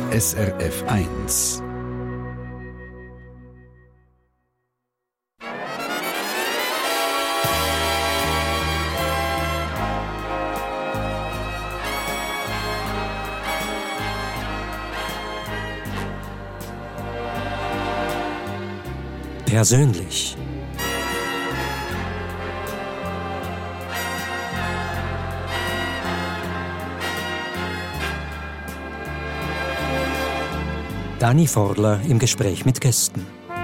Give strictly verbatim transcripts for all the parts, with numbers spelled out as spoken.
S R F eins. Persönlich. Dani Forler im Gespräch mit Gästen.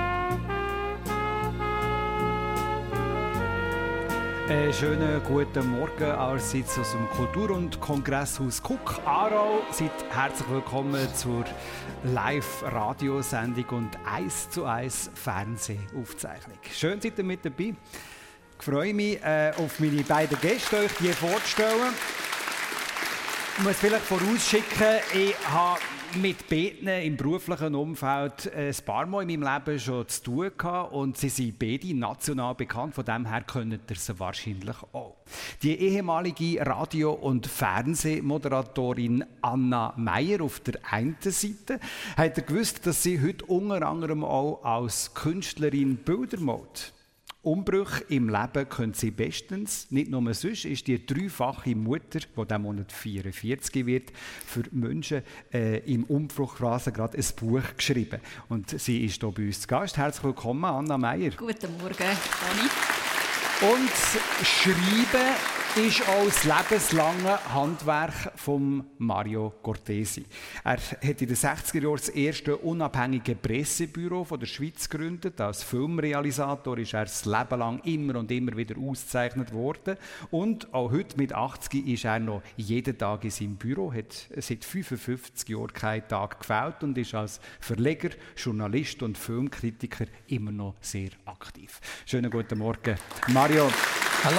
Einen schönen guten Morgen allerseits aus dem Kultur- und Kongresshaus Kuck, Aarau. Seid herzlich willkommen zur Live-Radiosendung und eins zu eins Fernsehaufzeichnung. Schön, seid ihr mit dabei. Ich freue mich äh, auf meine beiden Gäste, euch die vorzustellen. Ich muss vielleicht vorausschicken, ich habe mit beiden im beruflichen Umfeld ein paar Mal in meinem Leben schon zu tun gehabt und sie sind beide national bekannt, von dem her könnt ihr sie wahrscheinlich auch. Die ehemalige Radio- und Fernsehmoderatorin Anna Meier auf der einen Seite, hat ihr gewusst, dass sie heute unter anderem auch als Künstlerin Bilder malt. Umbrüche im Leben können sie bestens. Nicht nur sonst ist die dreifache Mutter, die diesen Monat vierundvierzig wird, für Menschen äh, im Umbruchphase gerade ein Buch geschrieben. Und sie ist hier bei uns zu Gast. Herzlich willkommen, Anna Meier. Guten Morgen, Dani. Und Schreiben ist auch das lebenslange Handwerk von Mario Cortesi. Er hat in den sechziger Jahren das erste unabhängige Pressebüro von der Schweiz gegründet. Als Filmrealisator ist er das Leben lang immer und immer wieder ausgezeichnet worden. Und auch heute mit achtzig ist er noch jeden Tag in seinem Büro, hat seit fünfundfünfzig Jahren keinen Tag gefehlt und ist als Verleger, Journalist und Filmkritiker immer noch sehr aktiv. Schönen guten Morgen, Mario. Hallo.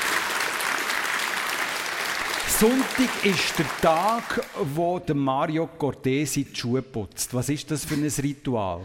Sonntag ist der Tag, wo der Mario Cortesi die Schuhe putzt. Was ist das für ein Ritual?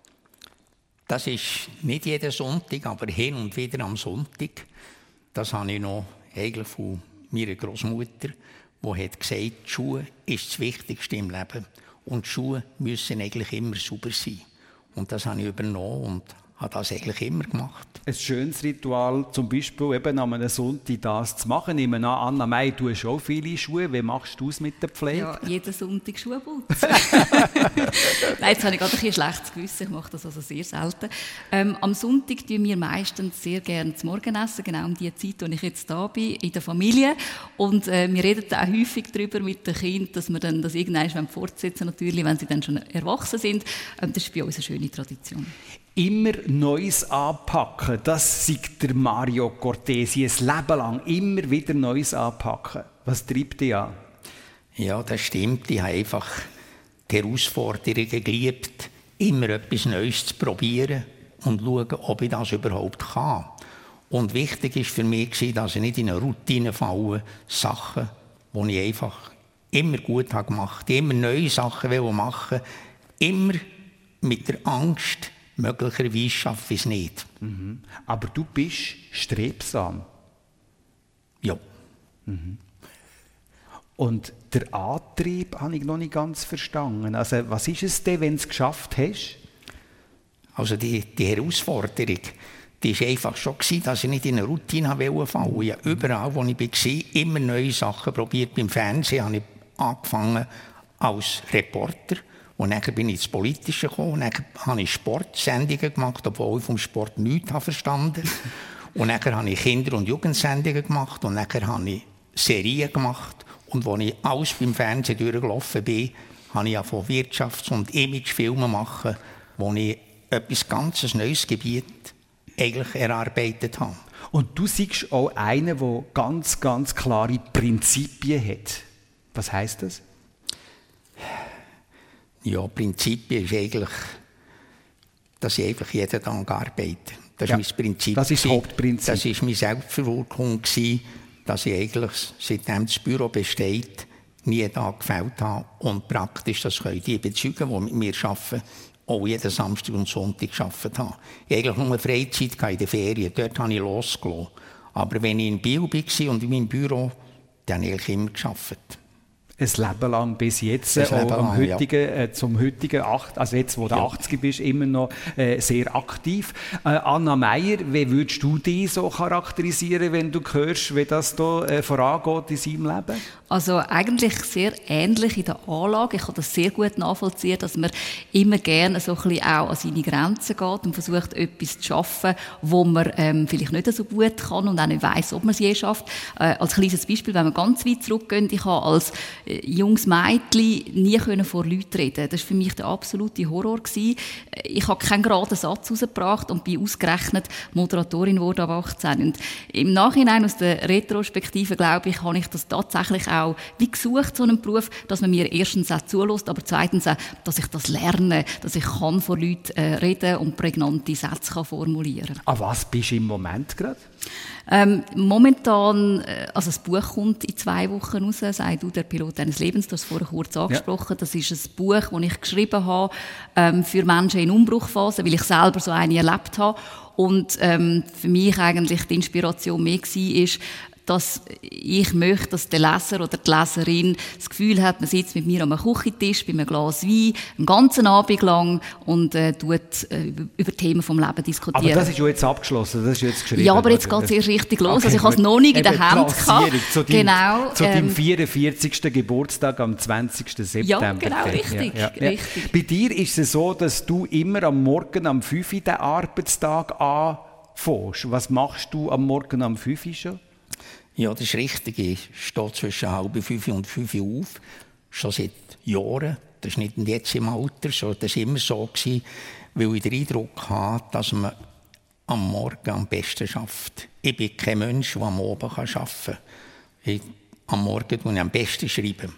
Das ist nicht jeden Sonntag, aber hin und wieder am Sonntag. Das habe ich noch eigentlich von meiner Großmutter, die hat gesagt, die Schuhe ist das Wichtigste im Leben. Und die Schuhe müssen eigentlich immer sauber sein. Und das habe ich übernommen und habe das eigentlich immer gemacht. Ein schönes Ritual, zum Beispiel eben an einem Sonntag das zu machen. Ich nehme an, Anna Meier, du hast auch viele Schuhe. Wie machst du es mit der Pflege? Ja, jeden Sonntag Schuhe putzen. Nein, jetzt habe ich gerade ein bisschen schlechtes Gewissen. Ich mache das also sehr selten. Ähm, am Sonntag tun wir meistens sehr gerne zum Morgenessen, genau um die Zeit, wo ich jetzt da bin, in der Familie. Und äh, wir reden auch häufig darüber mit den Kindern, dass wir dann das irgendwann fortsetzen natürlich, wenn sie dann schon erwachsen sind. Ähm, das ist bei uns eine schöne Tradition. Immer Neues anpacken, das sagt der Mario Cortesi, ein Leben lang immer wieder Neues anpacken. Was treibt dich an? Ja, das stimmt. Ich habe einfach die Herausforderungen geliebt, immer etwas Neues zu probieren und schauen, ob ich das überhaupt kann. Und wichtig war für mich, dass ich nicht in eine Routine falle, Sachen, die ich einfach immer gut gemacht habe, immer neue Sachen machen will, immer mit der Angst, möglicherweise schaffe ich es nicht. Mhm. Aber du bist strebsam. Ja. Mhm. Und der Antrieb habe ich noch nicht ganz verstanden. Also, was ist es denn, wenn du es geschafft hast? Also die, die Herausforderung, die war einfach schon, dass ich nicht in eine Routine fallen wollte. Ich habe überall, wo ich war, immer neue Sachen probiert. Beim Fernsehen habe ich angefangen als Reporter. Und dann bin ich ins Politische gekommen. Dann habe ich Sportsendungen gemacht, obwohl ich vom Sport nichts verstanden habe. Und dann habe ich Kinder- und Jugendsendungen gemacht. Und dann habe ich Serien gemacht. Und als ich alles beim Fernsehen durchgelaufen bin, habe ich von Wirtschafts- und Imagefilmen machen, wo ich etwas ganz neues Gebiet eigentlich erarbeitet habe. Und du siehst auch einen, der ganz, ganz klare Prinzipien hat. Was heisst das? Ja, Prinzipien ist eigentlich, dass ich einfach jeden Tag arbeite. Das ja, ist mein Prinzip. Das ist das Hauptprinzip. Das war meine Selbstverwirklichung, dass ich eigentlich, seitdem das Büro besteht, nie einen Tag gefällt habe. Und praktisch, das können die bezeugen, die mit mir arbeiten, auch jeden Samstag und Sonntag gearbeitet habe. Ich hatte eigentlich nur Freizeit in den Ferien, dort habe ich losgelassen. Aber wenn ich in Biel war und in meinem Büro, dann habe ich immer gearbeitet. ein Leben lang bis jetzt, Ein auch Leben am lang, heutigen, ja. äh, zum heutigen, acht, also jetzt, wo du ja. achtzig bist, immer noch äh, sehr aktiv. Äh, Anna Meier, wie würdest du dich so charakterisieren, wenn du hörst, wie das hier äh, vorangeht in seinem Leben? Also eigentlich sehr ähnlich in der Anlage. Ich kann das sehr gut nachvollziehen, dass man immer gerne so ein bisschen auch an seine Grenzen geht und versucht, etwas zu schaffen, wo man ähm, vielleicht nicht so gut kann und auch nicht weiss, ob man es je schafft. Äh, als kleines Beispiel, wenn wir ganz weit zurückgehen, ich habe als äh, junges Mädchen nie können vor Leuten reden. Das war für mich der absolute Horror gewesen. Ich habe keinen geraden Satz rausgebracht und bin ausgerechnet Moderatorin geworden ab achtzehn. Und im Nachhinein aus der Retrospektive, glaube ich, habe ich das tatsächlich auch wie gesucht, so einen Beruf, dass man mir erstens auch zulässt, aber zweitens auch, dass ich das lerne, dass ich kann vor Leuten äh, reden und prägnante Sätze kann formulieren kann. An was bist du im Moment gerade? Ähm, momentan, äh, also das Buch kommt in zwei Wochen raus, «Sei du der Pilot deines Lebens», das hast du vorher kurz angesprochen. Ja. Das ist ein Buch, das ich geschrieben habe ähm, für Menschen in Umbruchphasen, weil ich selber so eine erlebt habe. Und ähm, für mich eigentlich die Inspiration mehr war, ist, dass ich möchte, dass der Leser oder die Leserin das Gefühl hat, man sitzt mit mir am Küchentisch bei einem Glas Wein, einen ganzen Abend lang und äh, tut äh, über Themen vom Leben diskutieren. Aber das ist ja jetzt abgeschlossen, das ist jetzt geschrieben. Ja, aber jetzt geht es erst richtig los. Okay, also ich habe es noch nicht in der Hand gehabt. Zu deinem, genau, zu deinem ähm, vierundvierzigsten Geburtstag am zwanzigsten September. Ja, genau, richtig, ja, ja. richtig. Bei dir ist es so, dass du immer am Morgen am fünf Uhr den Arbeitstag anfängst. Was machst du am Morgen am fünf Uhr schon? Ja, das ist richtig. Ich stehe zwischen halb fünf und fünf Uhr auf. Schon seit Jahren. Das ist nicht jetzt im Alter so. Das war immer so, gewesen, weil ich den Eindruck habe, dass man am Morgen am besten schafft. Ich bin kein Mensch, der am Abend arbeiten kann. Ich, am Morgen schreibe ich am besten. Schreiben.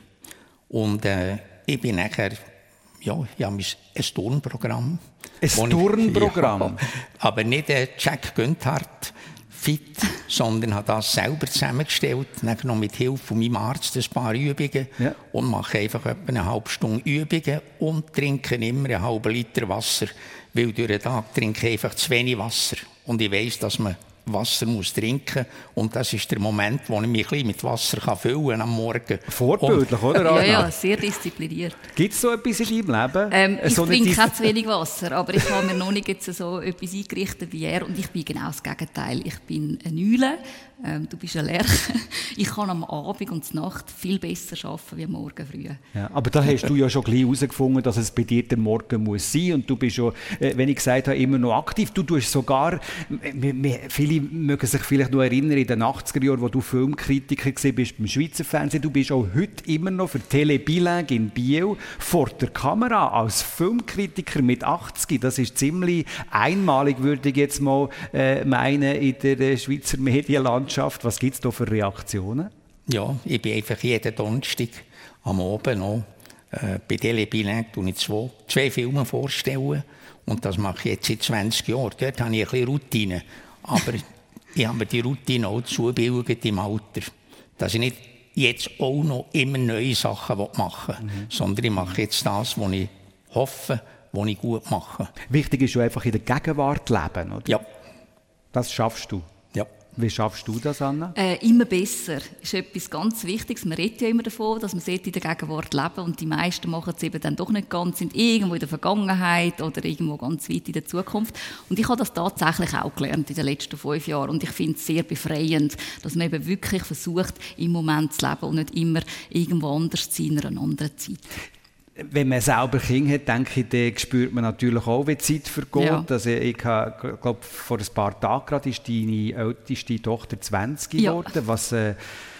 Und äh, ich bin nachher, ja, ich habe ein Turnprogramm. Ein Turnprogramm? Ja, aber nicht äh, Jack Günthardt fit, sondern habe das selber zusammengestellt, dann noch mit Hilfe von meinem Arzt ein paar Übungen ja. und mache einfach etwa eine halbe Stunde Übungen und trinke immer einen halben Liter Wasser, weil durch den Tag trinke ich einfach zu wenig Wasser. Und ich weiss, dass man Wasser muss trinken und das ist der Moment, wo ich mich ein bisschen mit Wasser füllen kann am Morgen. Vorbildlich, und, oder? Ja, ja, sehr diszipliniert. Gibt es so etwas in deinem Leben? Ähm, ich so trinke auch zu wenig Wasser, aber ich habe mir noch nicht jetzt so etwas eingerichtet wie er und ich bin genau das Gegenteil. Ich bin eine Eule, ähm, du bist eine Lerche. Ich kann am Abend und zur Nacht viel besser arbeiten wie am Morgen früh. Ja, aber da hast du ja schon gleich herausgefunden, dass es bei dir der Morgen muss sein und du bist schon, äh, wenn ich gesagt habe, immer noch aktiv. Du tust sogar, äh, viele mögen sich vielleicht noch erinnern, in den achtziger Jahren, wo du Filmkritiker warst beim Schweizer Fernsehen, du bist auch heute immer noch für Télé Bilingue in Biel vor der Kamera als Filmkritiker mit achtzig. Das ist ziemlich einmalig, würde ich jetzt mal äh, meinen, in der äh, Schweizer Medienlandschaft. Was gibt es da für Reaktionen? Ja, ich bin einfach jeden Donnerstag am Abend noch äh, bei Télé Bilingue, wo ich zwei, zwei Filme vorstelle. Und das mache ich jetzt seit zwanzig Jahren. Dort habe ich ein bisschen Routine. Aber ich habe die Routine auch zugebildet im Alter. Dass ich nicht jetzt auch noch immer neue Sachen machen will, mhm. sondern ich mache jetzt das, was ich hoffe, was ich gut mache. Wichtig ist ja einfach in der Gegenwart leben, oder? Ja. Das schaffst du? Ja. Wie schaffst du das, Anna? Äh, immer besser. Das ist etwas ganz Wichtiges. Man redet ja immer davon, dass man in der Gegenwart leben und die meisten machen es eben dann doch nicht ganz, sind irgendwo in der Vergangenheit oder irgendwo ganz weit in der Zukunft. Und ich habe das tatsächlich auch gelernt in den letzten fünf Jahren und ich finde es sehr befreiend, dass man eben wirklich versucht, im Moment zu leben und nicht immer irgendwo anders zu sein, in einer anderen Zeit. Wenn man selber Kinder hat, denke ich, dann spürt man natürlich auch, wie die Zeit vergeht. Ja. Also ich glaube, vor ein paar Tagen gerade ist deine älteste Tochter zwanzig geworden. Ja. Was äh,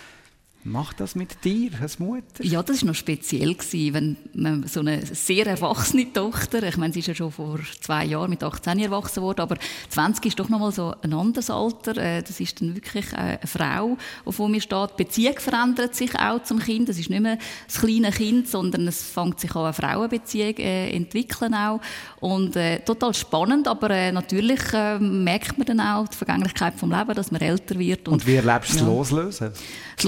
macht das mit dir als Mutter? Ja, das war noch speziell, wenn man so eine sehr erwachsene Tochter, ich meine, sie ist ja schon vor zwei Jahren mit achtzehn erwachsen worden, aber zwanzig ist doch noch mal so ein anderes Alter. Das ist dann wirklich eine Frau, die vor mir steht. Die Beziehung verändert sich auch zum Kind. Es ist nicht mehr das kleine Kind, sondern es fängt sich an, eine Frauenbeziehung äh, entwickeln auch. Und äh, total spannend, aber äh, natürlich äh, merkt man dann auch die Vergänglichkeit vom Leben, dass man älter wird. Und, und wie erlebst du das ja. Loslösen? Das Loslösen,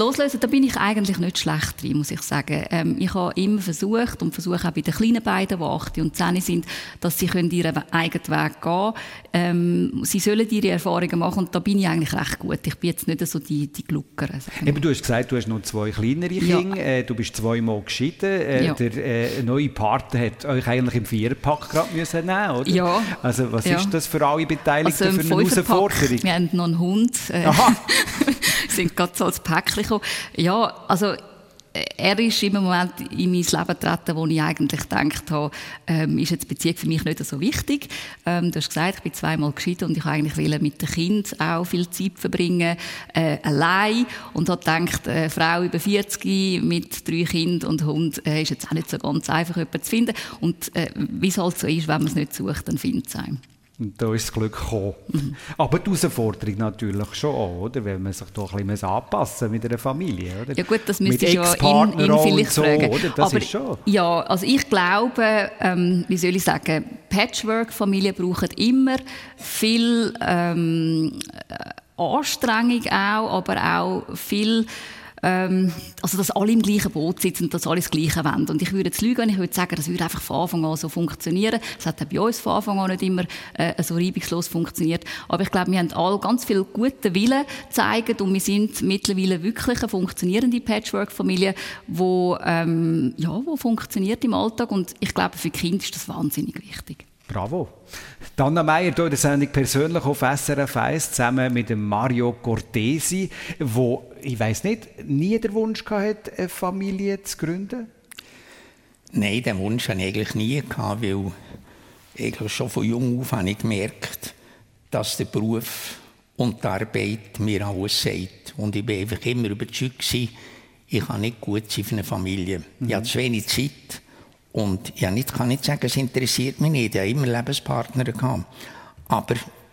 da bin ich eigentlich nicht schlecht drin, muss ich sagen. Ähm, ich habe immer versucht und versuche auch bei den kleinen beiden, die acht und zehn sind, dass sie können ihren eigenen Weg gehen können. Ähm, sie sollen ihre Erfahrungen machen und da bin ich eigentlich recht gut. Ich bin jetzt nicht so die, die Glucker. Eben, du hast gesagt, du hast noch zwei kleinere ja. Kinder, äh, du bist zweimal geschieden. Äh, Ja. Der äh, neue Partner hat euch eigentlich im Viererpack gerade müssen nehmen, oder? Ja. Also was Ja. ist das für alle Beteiligten Also für eine Herausforderung? Wir haben noch einen Hund. Äh, Aha. sind gerade so als Päckchen gekommen. Ja, also er ist im Moment in mein Leben getreten, wo ich eigentlich gedacht habe, ähm, ist jetzt die Beziehung für mich nicht so wichtig. Ähm, du hast gesagt, ich bin zweimal geschieden und ich wollte eigentlich mit den Kindern auch viel Zeit verbringen, äh, allein. Und habe gedacht, eine Frau über vierzig mit drei Kindern und Hund äh, ist jetzt auch nicht so ganz einfach, jemanden zu finden. Und äh, wie es halt so ist, wenn man es nicht sucht, dann findet es einem. Und da ist das Glück gekommen. Mhm. Aber die Herausforderung natürlich schon auch, oder? Weil man sich doch ein bisschen anpassen mit einer Familie, oder? Ja gut, das müsste ich ja ihn, ihn vielleicht so, fragen. Oder? Das Aber, ist schon. Ja, also ich glaube, ähm, wie soll ich sagen, Patchwork-Familien brauchen immer viel ähm, Anstrengung auch, aber auch viel... Ähm, also, dass alle im gleichen Boot sitzen und dass alle das Gleiche wollen. Und ich würde jetzt lügen, ich würde sagen, das würde einfach von Anfang an so funktionieren. Es hat auch bei uns von Anfang an nicht immer äh, so reibungslos funktioniert. Aber ich glaube, wir haben alle ganz viel guten Willen gezeigt und wir sind mittlerweile wirklich eine funktionierende Patchwork-Familie, die ähm, ja, wo funktioniert im Alltag. Und ich glaube, für Kinder ist das wahnsinnig wichtig. Bravo. Anna Meier hier in der Sendung persönlich auf S R F eins zusammen mit dem Mario Cortesi, wo ich weiss nicht, nie den Wunsch hatte, eine Familie zu gründen? Nein, den Wunsch hatte ich eigentlich nie gehabt, weil eigentlich schon von jung auf habe ich gemerkt, dass der Beruf und die Arbeit mir alles sagt. Und ich war einfach immer überzeugt, ich kann nicht gut sein für eine Familie. Mhm. Ich habe zu wenig Zeit. Und ja, ich kann nicht sagen, es interessiert mich nicht. Ich hatte immer Lebenspartner gehabt. Aber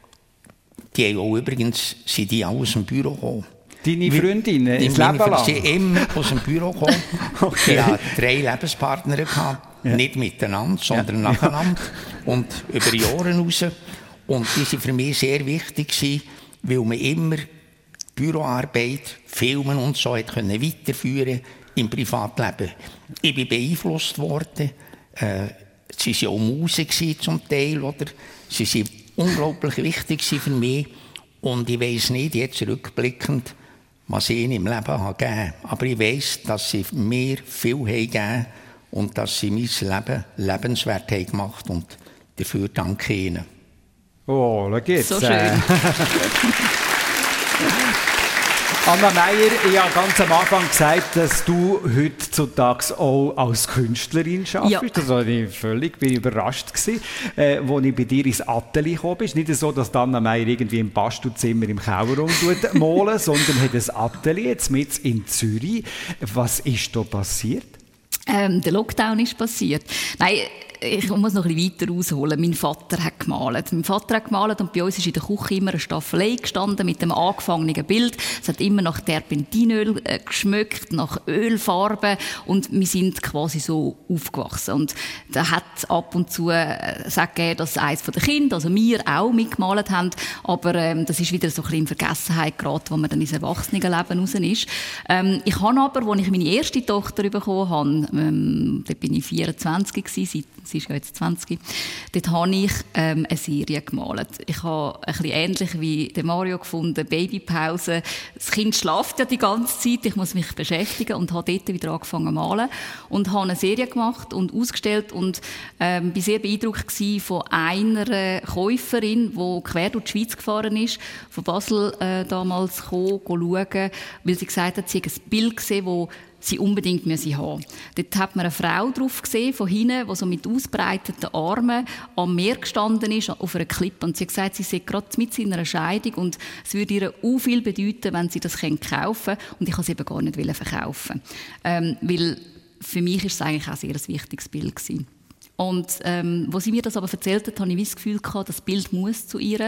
die haben auch übrigens sind die auch aus dem Büro gekommen. Deine Freundinnen, ins Leben lang? Sie sind immer aus dem Büro gekommen. Okay. Ich hatte drei Lebenspartner gehabt. Ja. Nicht miteinander, sondern ja. nacheinander. Und über Jahre raus. Und die waren für mich sehr wichtig, weil man immer Büroarbeit, Filmen und so hat können weiterführen im Privatleben. Ich bin beeinflusst worden. Äh, sie waren auch Musik zum Teil. Oder? Sie waren unglaublich wichtig für mich. Und ich weiss nicht, jetzt rückblickend, was ich ihnen im Leben habe gegeben habe. Aber ich weiss, dass sie mir viel haben gegeben und dass sie mein Leben lebenswert haben gemacht. Und dafür danke ich ihnen. Oh, da geht's. So schön. Anna Meier, ich habe ganz am Anfang gesagt, dass du heutzutage auch als Künstlerin arbeitest. Ja. Das war ich völlig bin ich überrascht gewesen, äh, als ich bei dir ins Atelier gekommen bin. Nicht so, dass Anna Meier irgendwie im Bastelzimmer im Kellerraum malen, sondern hat ein Atelier jetzt mit in Zürich. Was ist da passiert? Ähm, der Lockdown ist passiert. Nein, ich muss noch ein bisschen weiter ausholen. Mein Vater hat gemalt. Mein Vater hat gemalt und bei uns ist in der Küche immer eine Staffelei gestanden mit dem angefangenen Bild. Es hat immer nach Terpentinöl äh, geschmeckt, nach Ölfarbe und wir sind quasi so aufgewachsen. Und da hat ab und zu äh, gegeben, dass eines der Kinder, also wir, auch mitgemalt haben, aber ähm, das ist wieder so ein bisschen in Vergessenheit geraten, wo man dann ins Erwachsenenleben raus ist. Ähm, ich habe aber, als ich meine erste Tochter bekommen habe, ähm, da bin ich vierundzwanzig gewesen, sie ist ja jetzt zwanzig, dort habe ich ähm, eine Serie gemalt. Ich habe ein bisschen ähnlich wie der Mario gefunden, Babypause. Das Kind schläft ja die ganze Zeit, ich muss mich beschäftigen und habe dort wieder angefangen zu malen und habe eine Serie gemacht und ausgestellt und ähm, war sehr beeindruckt von einer Käuferin, die quer durch die Schweiz gefahren ist, von Basel äh, damals gekommen, schauen, weil sie gesagt hat, sie hat ein Bild gesehen, das sie unbedingt müssen haben. Dort hat man eine Frau drauf gesehen, von hinten, die so mit ausbreiteten Armen am Meer gestanden ist, auf einer Klippe. Und sie hat gesagt, sie sei gerade mit in einer Scheidung und es würde ihr auch viel bedeuten, wenn sie das kaufen könnte. Und ich wollte es eben gar nicht verkaufen. Ähm, weil für mich war es eigentlich auch ein sehr wichtiges Bild gewesen. Und ähm, als sie mir das aber erzählt hat, hatte ich das Gefühl gehabt, das Bild muss zu ihr.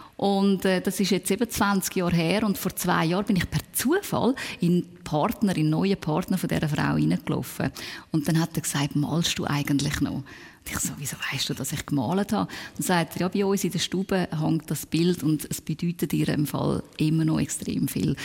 Und äh, das ist jetzt eben zwanzig Jahre her und vor zwei Jahren bin ich per Zufall in Partner, in neuen Partner von dieser Frau reingelaufen. Und dann hat er gesagt, malst du eigentlich noch? Und ich so, wieso weisst du, dass ich gemalt habe? Und sagt er, ja, bei uns in der Stube hängt das Bild und es bedeutet ihr im Fall immer noch extrem viel.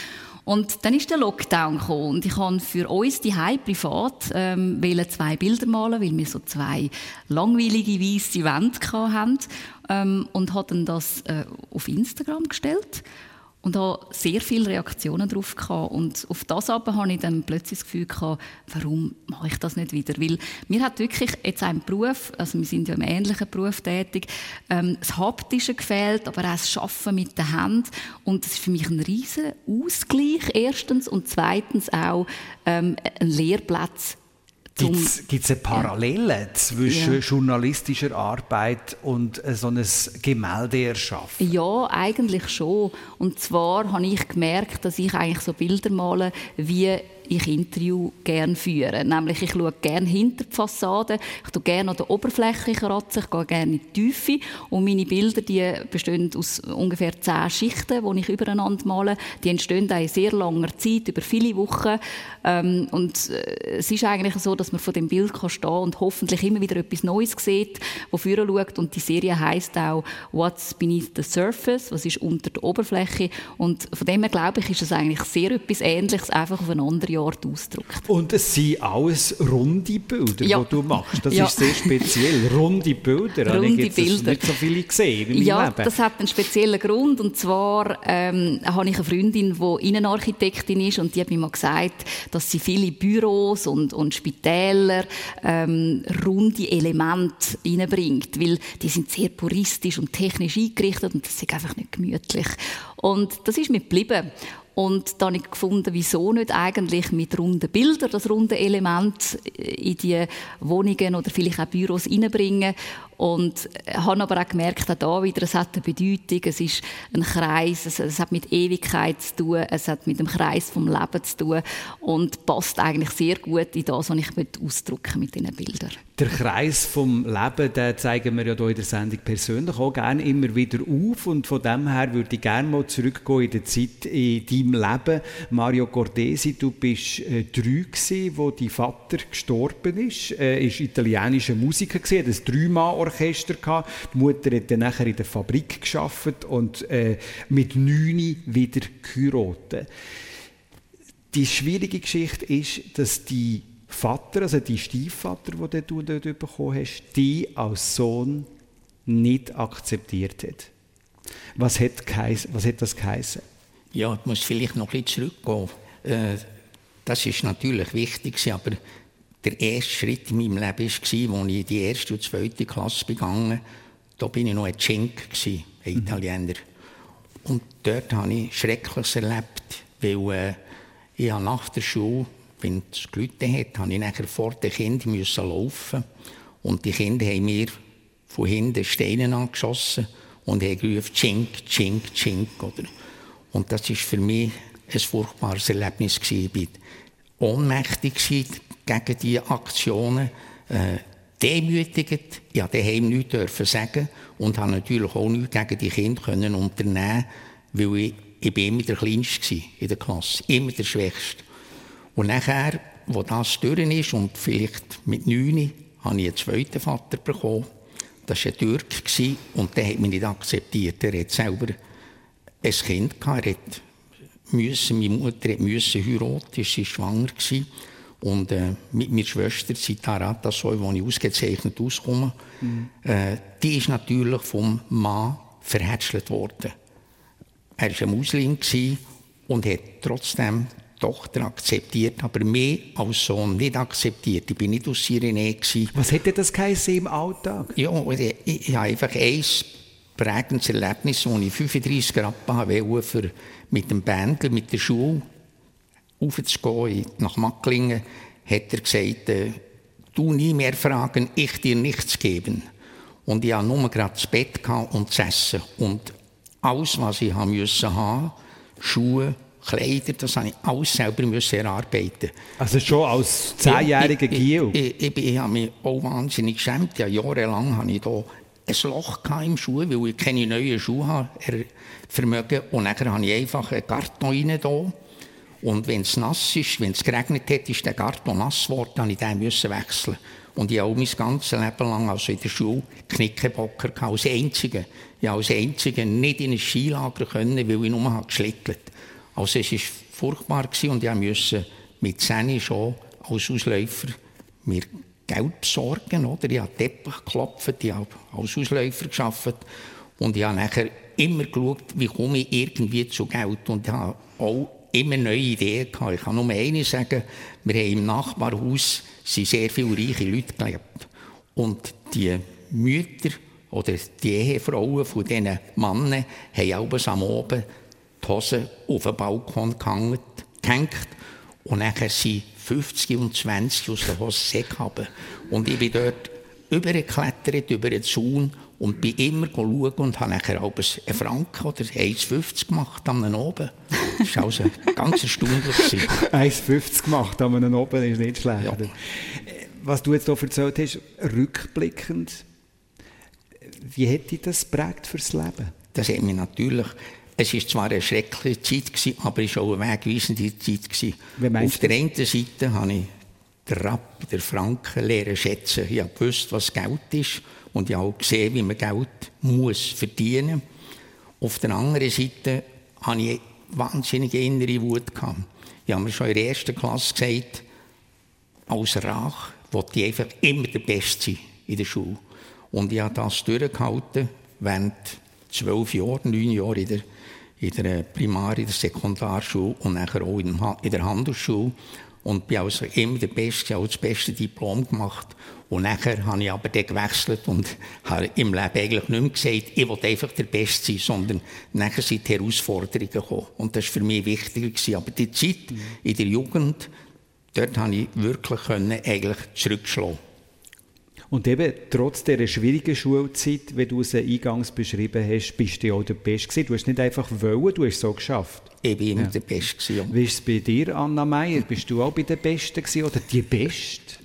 Und dann ist der Lockdown gekommen und ich habe für uns die privat ähm, zwei Bilder malen, weil wir so zwei langweilige weisse Wände hatten ähm, und habe dann das äh, auf Instagram gestellt und habe sehr viele Reaktionen darauf gehabt. Und auf das aber habe ich dann plötzlich das Gefühl gehabt, warum mache ich das nicht wieder? Weil mir hat wirklich jetzt ein Beruf, also wir sind ja im ähnlichen Beruf tätig, ähm, das Haptische gefehlt, aber auch das Arbeiten mit den Händen. Und das ist für mich ein riesen Ausgleich, erstens. Und zweitens auch ähm, ein Lehrplatz. Gibt es eine Parallele ja. zwischen ja. journalistischer Arbeit und so einem Gemälde erschaffen? Ja, eigentlich schon. Und zwar habe ich gemerkt, dass ich eigentlich so Bilder male, wie ich Interview gerne führe. Nämlich, ich schaue gerne hinter die Fassade, ich tue gerne an der Oberfläche kratzen, ich gehe gerne in die Tiefe. Und meine Bilder, die bestehen aus ungefähr zehn Schichten, die ich übereinander male. Die entstehen auch in sehr langer Zeit, über viele Wochen. Ähm, und äh, es ist eigentlich so, dass man vor dem Bild kann stehen und hoffentlich immer wieder etwas Neues sieht, das vorher schaut. Und die Serie heisst auch «What's beneath the surface?», was ist unter der Oberfläche. Und von dem her, glaube ich, ist es eigentlich sehr etwas Ähnliches, einfach auf eine andere Art ausgedrückt. Und es sind alles runde Bilder, ja. die du machst. Das ja. ist sehr speziell. Runde Bilder. Runde ich jetzt Bilder. nicht so viele gesehen in meinem ja, Leben. Das hat einen speziellen Grund. Und zwar ähm, habe ich eine Freundin, die Innenarchitektin ist und die hat mir mal gesagt, dass sie viele Büros und, und Spitäler ähm, runde Elemente reinbringt, weil die sind sehr puristisch und technisch eingerichtet und das ist einfach nicht gemütlich. Und das ist mir geblieben. Und dann habe ich gefunden, wieso nicht eigentlich mit runden Bildern das runde Element in die Wohnungen oder vielleicht auch Büros reinbringen. Und habe aber auch gemerkt, auch da wieder, es hat eine Bedeutung, es ist ein Kreis, es, es hat mit Ewigkeit zu tun, es hat mit dem Kreis vom Leben zu tun und passt eigentlich sehr gut in das, was ich ausdrücken mit diesen Bildern. Der Kreis vom Leben, den zeigen wir ja hier in der Sendung persönlich auch gerne immer wieder auf und von dem her würde ich gerne mal zurückgehen in die Zeit in deinem Leben. Mario Cordesi, du bist äh, drei gewesen, wo dein Vater gestorben ist. Er äh, war italienischer Musiker gewesen, hat ein Drei-Mann-Orchester gehabt. Die Mutter hat dann nachher in der Fabrik gearbeitet und äh, mit neun wieder geheiratet. Die schwierige Geschichte ist, dass die Vater, also dein Stiefvater, den du dort bekommen hast, dich als Sohn nicht akzeptiert hat. Was hat, geheißen, was hat das geheißen? Ja, ich muss vielleicht noch ein bisschen zurückgehen. Äh, das ist natürlich wichtig, aber der erste Schritt in meinem Leben war, als ich die erste und zweite Klasse begangen. Da war ich noch ein Cenk, ein Italiener. Mhm. Und dort habe ich Schreckliches erlebt, weil äh, ich nach der Schule, wenn es geläutet hat, musste ich nachher vor den Kindern laufen. Und die Kinder haben mir von hinten Steine angeschossen und haben gerufen, Tschink, Tschink, Tschink. Oder? Und das war für mich ein furchtbares Erlebnis. Ich war ohnmächtig gegen diese Aktionen, äh, demütigend. Ich durfte daheim nichts sagen und konnte natürlich auch nichts gegen die Kinder unternehmen, weil ich, ich bin immer der Kleinste in der Klasse, immer der Schwächste. Und nachher, als das durch ist und vielleicht mit neun, habe ich einen zweiten Vater bekommen. Das war ein Türk und der hat mich nicht akzeptiert. Er hat selber ein Kind gehabt. Er hat müssen, meine Mutter musste heiraten, sie war schwanger. Und äh, mit meiner Schwester, Zitara, das so, wo ich ausgezeichnet auskomme, mhm. äh, die ist natürlich vom Mann verhätschelt worden. Er war ein Muslim und hat trotzdem die Tochter akzeptiert, aber mich als Sohn nicht akzeptiert. Ich war nicht aus ihrer Nähe. Was hätte das geheißen im Alltag? Ja, ich, ich, ich habe einfach ein prägendes Erlebnis, als ich fünfunddreissig Rappen wollte, für mit dem Bändler, mit der Schule aufzugehen nach Macklingen, hat er gesagt, äh, du nie mehr fragen, ich dir nichts geben. Und ich hatte nur gerade das Bett und das Essen. Und alles, was ich haben musste, Schuhe, Kleider, das habe ich alles selber müssen erarbeiten. Also schon als zehnjähriger Giel? Ich, ich, ich, ich, ich habe mich auch wahnsinnig geschämt. Ja, jahrelang hatte ich hier ein Loch im Schuh, weil ich keine neuen Schuhe habe, vermögen. Und dann habe ich einfach einen Karton rein da. Und wenn es nass ist, wenn es geregnet hat, ist der Karton nass geworden, musste ich den wechseln. Und ich habe auch mein ganzes Leben lang, also in der Schule, Knickerbocker gehabt, als Einziger. Ich konnte als Einziger nicht in ein Skilager können, weil ich nur geschlittelt habe. Also es war furchtbar und ich musste mit zehn schon als Ausläufer mir Geld besorgen. Oder? Ich habe Teppich geklopft, ich habe als Ausläufer gearbeitet und ich habe nachher immer geschaut, wie komme ich irgendwie zu Geld. Und ich habe auch immer neue Ideen gehabt. Ich kann nur eine sagen, wir haben im Nachbarhaus sind sehr viele reiche Leute gelebt. Und die Mütter oder die Ehefrauen von diesen Männern haben abends am Abend die Hosen auf den Balkon gehängt. Und nachher sind fünfzig und zwanzig aus der Hose weggehaben. Und ich bin dort übergeklettert, über den Zaun und bin immer schauen und habe nachher abends einen Franken oder eins fünfzig gemacht am Abend. Das war also ganz erstaunlich. eins fünfzig gemacht am Abend ist nicht schlecht. Ja. Was du jetzt hier erzählt hast, rückblickend, wie hat dich das geprägt fürs Leben? Das hat mich natürlich... Es war zwar eine schreckliche Zeit, aber es war auch eine wegweisende Zeit. Auf der einen Seite habe ich den Rapp, den Franken lernen schätzen. Ich habe gewusst, was Geld ist und ich habe auch gesehen, wie man Geld muss verdienen muss. Auf der anderen Seite hatte ich wahnsinnige innere Wut gehabt. Ich habe mir schon in der ersten Klasse gesagt, als Rach wollte ich einfach immer der Beste sein in der Schule. Und ich habe das durchgehalten während zwölf Jahren, neun Jahre in der, in der Primar-, in der Sekundarschule und nachher auch in der Handelsschule. Und bin also immer der Beste, auch das beste Diplom gemacht. Und nachher habe ich aber dann gewechselt und habe im Leben eigentlich nicht mehr gesagt, ich will einfach der Beste sein, sondern nachher sind die Herausforderungen gekommen. Und das war für mich wichtiger gewesen. Aber die Zeit in der Jugend, dort konnte ich wirklich können, eigentlich zurückschlagen. Und eben, trotz dieser schwierigen Schulzeit, wie du es eingangs beschrieben hast, bist du ja auch der Beste gewesen. Du hast nicht einfach wollen, du hast es so geschafft. Ich war immer ja. der Beste gewesen. Wie ist es bei dir, Anna Meier? Bist du auch bei der Besten gewesen oder die Beste?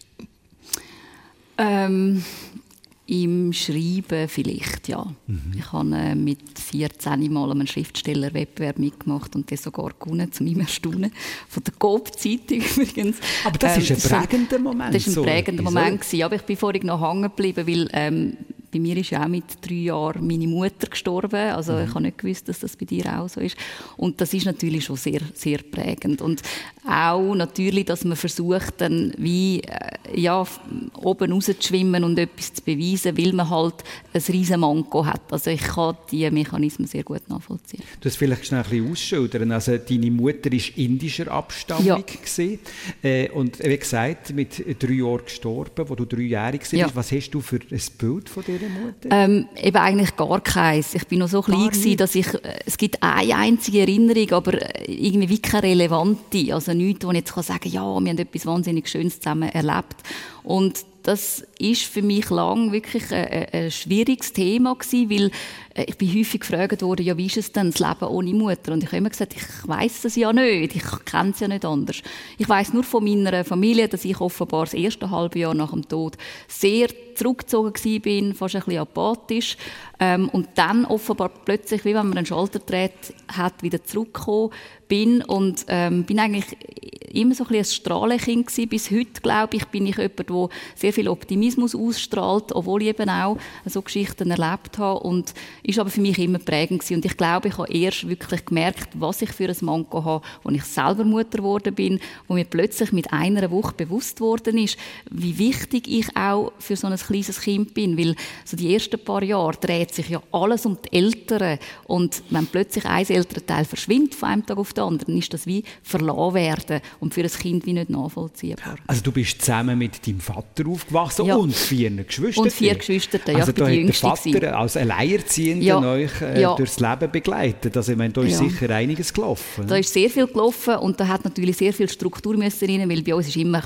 Ähm, im Schreiben vielleicht, ja. Mhm. Ich habe äh, mit vierzehn Mal einen Schriftstellerwettbewerb mitgemacht und das sogar gewonnen, zu meinem Erstaunen. Von der Coop-Zeitung übrigens. Aber das ähm, ist ein prägender Moment. Das war ein so. prägender Moment gewesen. Aber ich bin vorhin noch hängen geblieben, weil ähm, bei mir ist ja auch mit drei Jahren meine Mutter gestorben. Also mhm. ich habe nicht gewusst, dass das bei dir auch so ist. Und das ist natürlich schon sehr, sehr prägend. Und auch natürlich, dass man versucht, dann wie äh, ja, oben rauszuschwimmen und etwas zu beweisen, weil man halt ein riesen Manko hat. Also ich kann diese Mechanismen sehr gut nachvollziehen. Du hast vielleicht schnell ein bisschen ausschildern. Also deine Mutter war indischer Abstammung. Ja. Gewesen, äh, und wie gesagt, mit drei Jahren gestorben, wo du dreijährig warst. Ja. Was hast du für ein Bild von dir? Ähm, eben eigentlich gar keins. Ich bin noch so klein gewesen, dass ich, es gibt eine einzige Erinnerung, aber irgendwie wie keine relevante. Also nichts, wo ich jetzt sagen kann, ja, wir haben etwas wahnsinnig Schönes zusammen erlebt. Und das ist für mich lang wirklich ein, ein schwieriges Thema gewesen, weil ich bin häufig gefragt worden, ja, wie ist es denn, das Leben ohne Mutter? Und ich habe immer gesagt, ich weiss es ja nicht, ich kenne es ja nicht anders. Ich weiss nur von meiner Familie, dass ich offenbar das erste halbe Jahr nach dem Tod sehr zurückgezogen war, fast ein bisschen apathisch. Ähm, und dann offenbar plötzlich, wie wenn man einen Schalter dreht, hat, wieder zurückgekommen bin. Und ähm, bin eigentlich immer so ein bisschen ein Strahlenkind gewesen. Bis heute, glaube ich, bin ich jemand, der sehr viel Optimismus ausstrahlt, obwohl ich eben auch so Geschichten erlebt habe. Und ist aber für mich immer prägend gewesen. Und ich glaube, ich habe erst wirklich gemerkt, was ich für ein Manko habe, als ich selber Mutter geworden bin, wo mir plötzlich mit einer Woche bewusst worden ist, wie wichtig ich auch für so ein kleines Kind bin. Weil so die ersten paar Jahre dreht sich ja alles um die Eltern. Und wenn plötzlich ein Elternteil verschwindet von einem Tag auf den anderen, ist das wie verlassen werden und für ein Kind wie nicht nachvollziehbar. Also du bist zusammen mit deinem Vater aufgewachsen ja. und vier Geschwistern. Und vier Geschwister, ja, also ich bin da die hat Jüngste der Vater gewesen. Als Alleinerziehender ja. euch äh, ja. durchs Leben begleitet. Also ich meine, da ist ja. sicher einiges gelaufen. Da ist sehr viel gelaufen und da hat natürlich sehr viel Struktur müssen rein, weil bei uns ist immer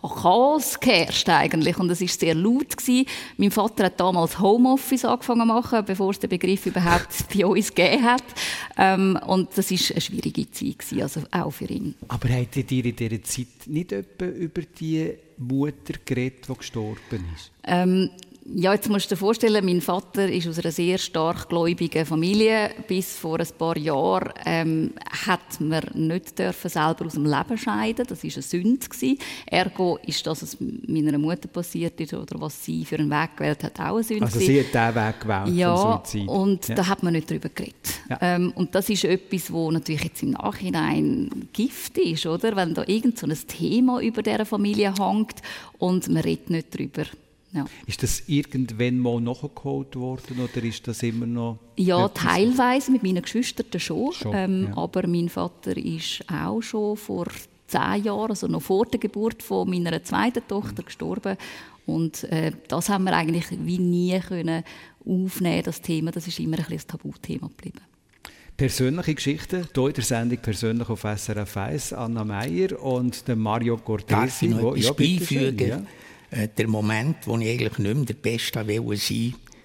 Chaos geherrscht eigentlich und es ist sehr laut gewesen. Mein Vater hat damals Homeoffice angefangen zu machen, bevor es den Begriff überhaupt bei uns gegeben hat. Ähm, und das ist eine schwierige Zeit gewesen, also auch für ihn. Aber habt ihr in dieser Zeit nicht etwa über die Mutter geredet, die gestorben ist? Ähm, ja, jetzt musst du dir vorstellen, mein Vater ist aus einer sehr stark gläubigen Familie. Bis vor ein paar Jahren ähm, hat man nicht dürfen selber aus dem Leben scheiden. Das war eine Sünde gewesen. Ergo ist das, was meiner Mutter passiert ist oder was sie für einen Weg gewählt hat, auch eine Sünde. Also sie hat diesen Weg gewählt, ja, vom Suizid. Und ja. da hat man nicht darüber geredet. Ja. Ähm, und das ist etwas, wo natürlich jetzt im Nachhinein Gift ist, oder? Wenn da irgend so ein Thema über dieser Familie hängt und man redet nicht darüber. Ja. Ist das irgendwann mal nachgeholt worden oder ist das immer noch... Ja, teilweise mit meinen Geschwistern schon. schon ähm, ja. Aber mein Vater ist auch schon vor zehn Jahren, also noch vor der Geburt von meiner zweiten Tochter, mhm. gestorben. Und äh, das haben wir eigentlich wie nie können aufnehmen, das Thema. Das ist immer ein bisschen ein Tabuthema geblieben. Persönliche Geschichten, hier in der Sendung «Persönlich» auf S R F eins, Anna Meier und der Mario Cortesi. Darf ich noch etwas ja, beifügen? Ja. Der Moment, wo ich eigentlich nicht mehr der Beste sein wollte, war, als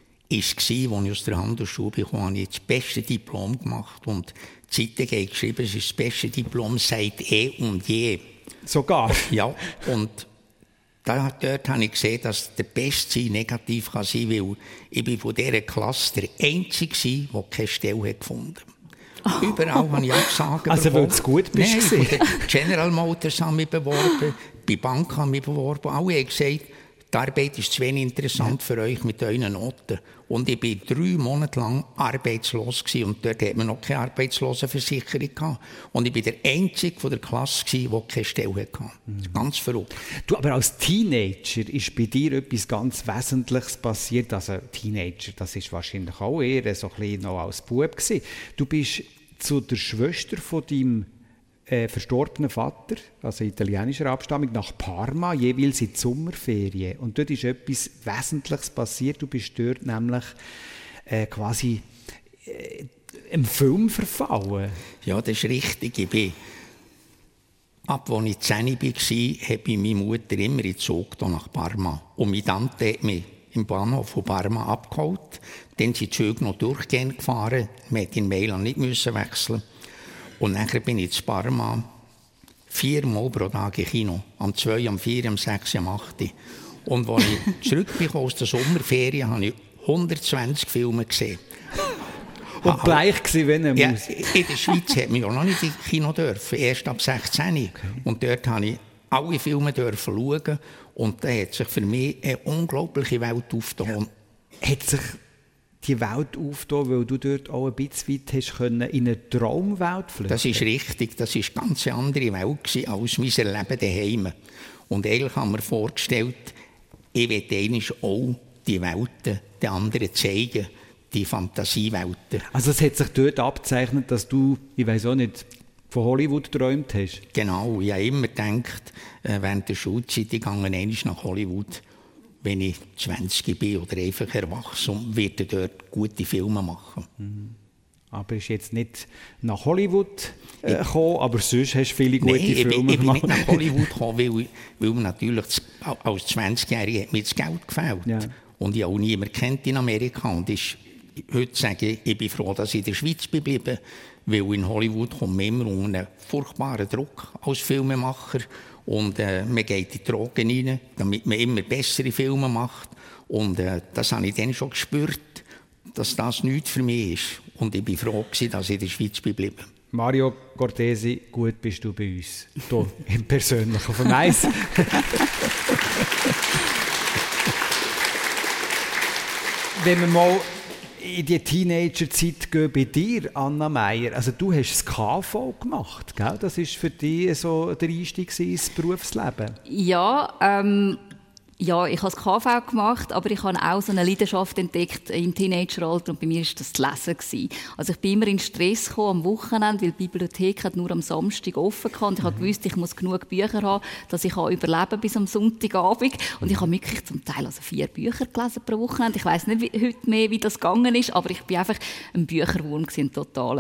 ich aus der Handelsschule bekam, habe ich das beste Diplom gemacht. Und die Zeitung hat geschrieben, es ist das beste Diplom seit eh und je. Sogar? Ja, und da, dort habe ich gesehen, dass der Beste negativ kann sein kann, weil ich bin von dieser Klasse der Einzige war, der keine Stelle gefunden hat. Überall habe ich Absagen also, weil du gut bist. Nein, bei General Motors haben mich beworben, bei Banken haben mich beworben. Alle haben gesagt, die Arbeit ist zu wenig interessant für euch mit euren Noten. Und ich war drei Monate lang arbeitslos gewesen, und dort hat man noch keine Arbeitslosenversicherung gehabt. Und ich war der Einzige von der Klasse gewesen, der keine Stelle hatte. Das ist ganz verrückt. Du, aber als Teenager ist bei dir etwas ganz Wesentliches passiert. Also Teenager, das ist wahrscheinlich auch eher so ein bisschen noch als Bub gewesen. Du bist zu der Schwester von deinem Äh, verstorbenen Vater, also italienischer Abstammung, nach Parma, jeweils in die Sommerferien. Und dort ist etwas Wesentliches passiert. Du bist dort nämlich äh, quasi äh, im Film verfallen. Ja, das ist richtig. Ich bin, ab als ich zehn war, habe ich meine Mutter immer in den Zug nach Parma. Und meine Tante hat mich im Bahnhof von Parma abgeholt. Dann sind die Züge noch durchgehend gefahren. Man musste in Mailand nicht wechseln. Und dann bin ich zu Parma viermal pro Tag im Kino. Am zwei, am vier, am sechs, am acht. Und als ich zurückgekommen aus der Sommerferien, habe ich hundertzwanzig Filme gesehen. Und ah, gleich gewesen, wenn er ja, muss. In der Schweiz hat man ja noch nicht ins Kino dürfen, erst ab sechzehn. Okay. Und dort durfte ich alle Filme dürfen schauen. Und da hat sich für mich eine unglaubliche Welt aufgetan. Hat sich die Welt aufgetan, weil du dort auch ein bisschen weit hast können, in eine Traumwelt flüchten? Das ist richtig. Das war eine ganz andere Welt gewesen, als mein Leben daheim. Und eigentlich haben wir vorgestellt, ich möchte einmal auch die Welten den anderen zeigen, die Fantasiewelten. Also es hat sich dort abgezeichnet, dass du, ich weiss auch nicht, von Hollywood geträumt hast? Genau. Ich habe immer gedacht, während der Schulzeit, ich gehe einmal nach Hollywood, wenn ich zwanzig bin oder einfach erwachsen und werde dort gute Filme machen. Mhm. Aber ist jetzt nicht nach Hollywood äh, gekommen, aber sonst hast du viele gute Nein, Filme ich bin, ich bin gemacht. nicht nach Hollywood gekommen, weil, weil natürlich als zwanzigjährige hat mir das Geld gefällt. Ja. Und ich habe auch niemanden kennt in Amerika. Und ich, heute sage ich, ich bin froh, dass ich in der Schweiz geblieben bin, weil in Hollywood kommt man immer unter einen furchtbaren Druck als Filmemacher. Und äh, man geht in die Drogen rein, damit man immer bessere Filme macht. Und äh, das habe ich dann schon gespürt, dass das nichts für mich ist. Und ich war froh, dass ich in der Schweiz geblieben bin. Mario Cortesi, gut bist du bei uns. Hier im Persönlichen von Eis. Wenn wir mal in die Teenagerzeit gehen bei dir, Anna Meier, also du hast das K V gemacht, gell? Das war für dich so der Einstieg ins Berufsleben. Ja, ähm, ja, ich habe das K V gemacht, aber ich habe auch so eine Leidenschaft entdeckt im Teenageralter, und bei mir war das das Lesen. Also ich bin immer in Stress gekommen am Wochenende, weil die Bibliothek hat nur am Samstag offen hatte. Und ich habe gewusst, ich muss genug Bücher haben, dass ich überleben bis am Sonntagabend. Und ich habe wirklich zum Teil also vier Bücher gelesen pro Wochenende. Ich weiss nicht wie, heute mehr, wie das gegangen ist, aber ich war einfach ein Bücherwurm, ein totaler.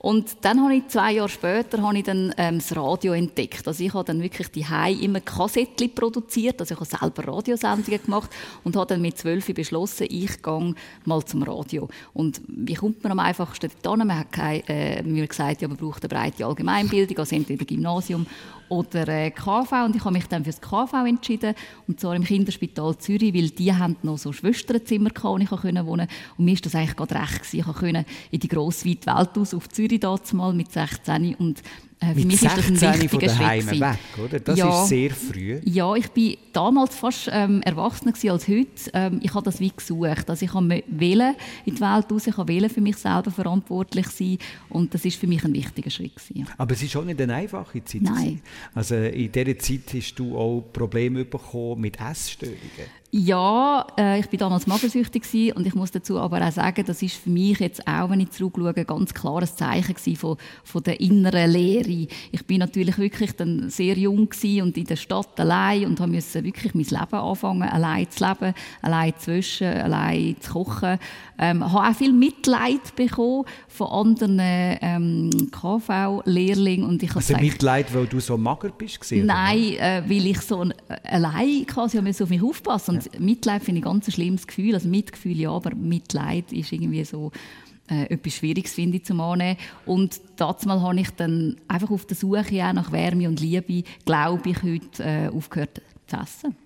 Und dann habe ich zwei Jahre später habe ich dann, ähm, das Radio entdeckt. Also ich habe dann wirklich die Hause immer Kassettchen produziert, also ich habe selber Radiosendungen gemacht und habe dann mit zwölf beschlossen, ich gehe mal zum Radio. Und wie kommt man am einfachsten dorthin? Man hat kein, äh, mir gesagt, ja, man braucht eine breite Allgemeinbildung, also entweder Gymnasium oder äh, K V. Und ich habe mich dann für das K V entschieden, und zwar im Kinderspital Zürich, weil die haben noch so Schwesternzimmer gehabt, wo ich wohnen konnte. Und mir war das eigentlich gerade recht gewesen. Ich konnte in die grosse, weite Welt aus, auf Zürich damals mit sechzehn. Und äh, für mit mich ist das ein wichtiger von daheim Schritt weg, oder? Das ja, ist sehr früh. Ja, ich war damals fast ähm, erwachsener als heute. Ähm, ich habe das wie gesucht. Also ich wollte in die Welt raus, ich wollte für mich selber verantwortlich sein. Und das war für mich ein wichtiger Schritt gewesen. Aber es ist auch nicht eine einfache Zeit. Nein. Also in dieser Zeit hast du auch Probleme bekommen mit Essstörungen. Ja, äh, ich war damals magersüchtig gewesen, und ich muss dazu aber auch sagen, das ist für mich jetzt auch, wenn ich zurückschaue, ein ganz klares Zeichen gewesen von, von der inneren Leere. Ich bin natürlich wirklich dann sehr jung gewesen und in der Stadt allein und musste wirklich mein Leben anfangen, allein zu leben, allein zu waschen, allein zu kochen. Ähm, habe auch viel Mitleid bekommen von anderen ähm, K V-Lehrlingen. Und ich also Mitleid, weil du so mager bist? Gewesen, nein, äh, weil ich so äh, allein quasi auf mich aufpassen musste. Und Mitleid finde ich ein ganz schlimmes Gefühl. Also Mitgefühl ja, aber Mitleid ist irgendwie so äh, etwas Schwieriges, finde ich, zum Annehmen. Und dazu habe ich dann einfach auf der Suche auch nach Wärme und Liebe, glaube ich, heute äh, aufgehört zu essen.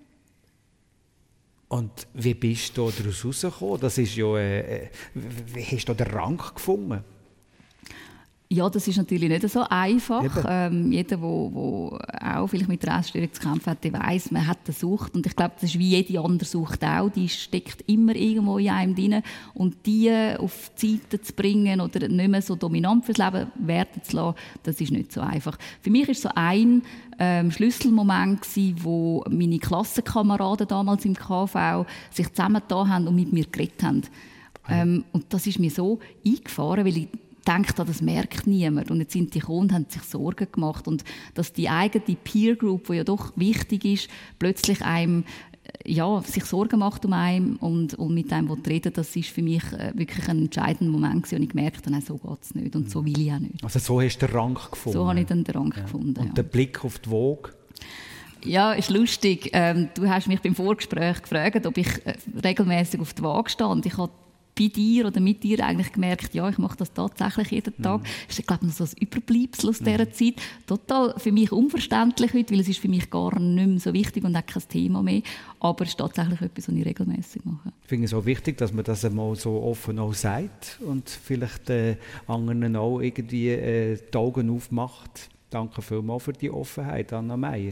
Und wie bist du daraus rausgekommen? Das ist ja, äh, wie hast du den Rang gefunden? Ja, das ist natürlich nicht so einfach. Ähm, jeder, der auch vielleicht mit der Essstörung zu kämpfen hat, der weiss, man hat eine Sucht. Und ich glaube, das ist wie jede andere Sucht auch. Die steckt immer irgendwo in einem drin. Und die auf die Seite zu bringen oder nicht mehr so dominant fürs Leben werden zu lassen, das ist nicht so einfach. Für mich war so ein ähm, Schlüsselmoment gewesen, wo meine Klassenkameraden damals im K V sich zusammengetan haben und mit mir geredet haben. Ähm, und das ist mir so eingefahren, weil ich denkt, das merkt niemand. Und jetzt sind die gekommen und haben sich Sorgen gemacht. Und dass die eigene Peer Group, die ja doch wichtig ist, plötzlich einem, ja, sich Sorgen macht um einen und, und mit einem reden, das ist für mich wirklich ein entscheidender Moment gewesen. Und ich gemerkt habe, so geht es nicht und so will ich auch nicht. Also so hast du den Rang gefunden? So habe ich dann den Rang ja. gefunden, Und ja. der Blick auf die Waage? Ja, ist lustig. Ähm, du hast mich beim Vorgespräch gefragt, ob ich äh, regelmäßig auf die Waage stehe. Und ich habe bei dir oder mit dir eigentlich gemerkt, ja, ich mache das tatsächlich jeden Tag. Das ist, glaube ich, noch so ein Überbleibsel aus dieser Zeit. Total für mich unverständlich heute, weil es ist für mich gar nicht mehr so wichtig und auch kein Thema mehr. Aber es ist tatsächlich etwas, was ich regelmäßig mache. Ich finde es auch wichtig, dass man das einmal so offen auch sagt und vielleicht äh, anderen auch irgendwie äh, die Augen aufmacht. Danke vielmals für die Offenheit, Anna Meier.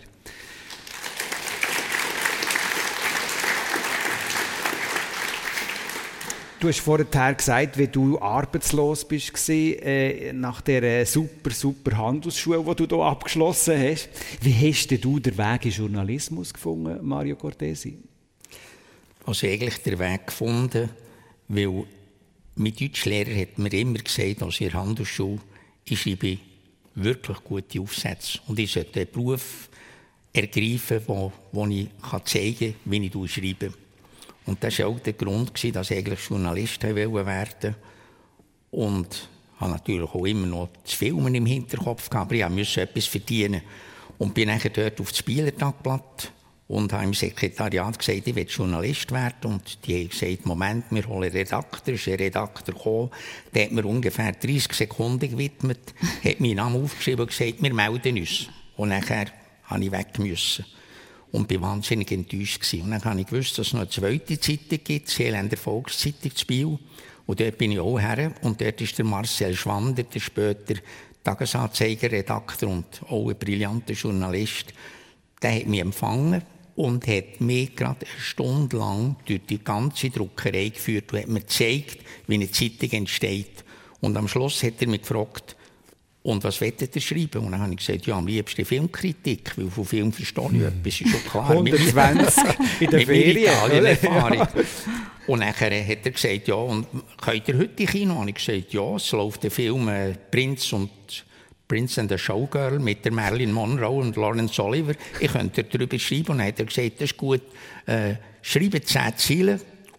Du hast vorher gesagt, wie du arbeitslos bist, äh, nach dieser super, super Handelsschule, die du hier abgeschlossen hast. Wie hast du den Weg in Journalismus gefunden, Mario Cortesi? Also eigentlich den Weg gefunden, weil mein Deutschlehrer hat mir immer gesagt, als in der Handelsschule, ich schreibe wirklich gute Aufsätze. Und ich sollte einen Beruf ergreifen, wo, wo ich zeigen kann, wie ich schreibe. Und das war auch der Grund, dass ich eigentlich Journalist werden wollte. Und ich hatte natürlich auch immer noch das Filmen im Hinterkopf gehabt, aber ich musste etwas verdienen. Und bin dann dort auf das Bieler Tagblatt und habe im Sekretariat gesagt, ich will Journalist werden. Und die haben gesagt, Moment, wir holen einen Redakteur. Es ist ein Redakteur gekommen, der hat mir ungefähr dreißig Sekunden gewidmet, hat meinen Namen aufgeschrieben und gesagt, wir melden uns. Und nachher musste ich weg müssen. Und war wahnsinnig enttäuscht gewesen. Und dann habe ich gewusst, dass es noch eine zweite Zeitung gibt, die Seeländer Volkszeitung zu Biel. Und dort bin ich auch her. Und dort ist der Marcel Schwander, der später Tagesanzeiger-Redakteur und auch ein brillanter Journalist. Der hat mich empfangen und hat mich gerade eine Stunde lang durch die ganze Druckerei geführt und hat mir gezeigt, wie eine Zeitung entsteht. Und am Schluss hat er mich gefragt, und was wollt ihr schreiben? Und dann habe ich gesagt, ja, am liebsten Filmkritik, weil von Film verstehe ich etwas, ist schon klar. hundertzwanzig in der Ferien. Italien-Erfahrung. Ja. Und nachher hat er gesagt, ja, und könnt ihr heute in Kino? Und ich gesagt, ja, es läuft der Film äh, Prinz und Prince and the Showgirl mit der Marilyn Monroe und Laurence Olivier. Ich könnte darüber schreiben. Und dann hat er gesagt, das ist gut, äh, schreibe zehn Zeilen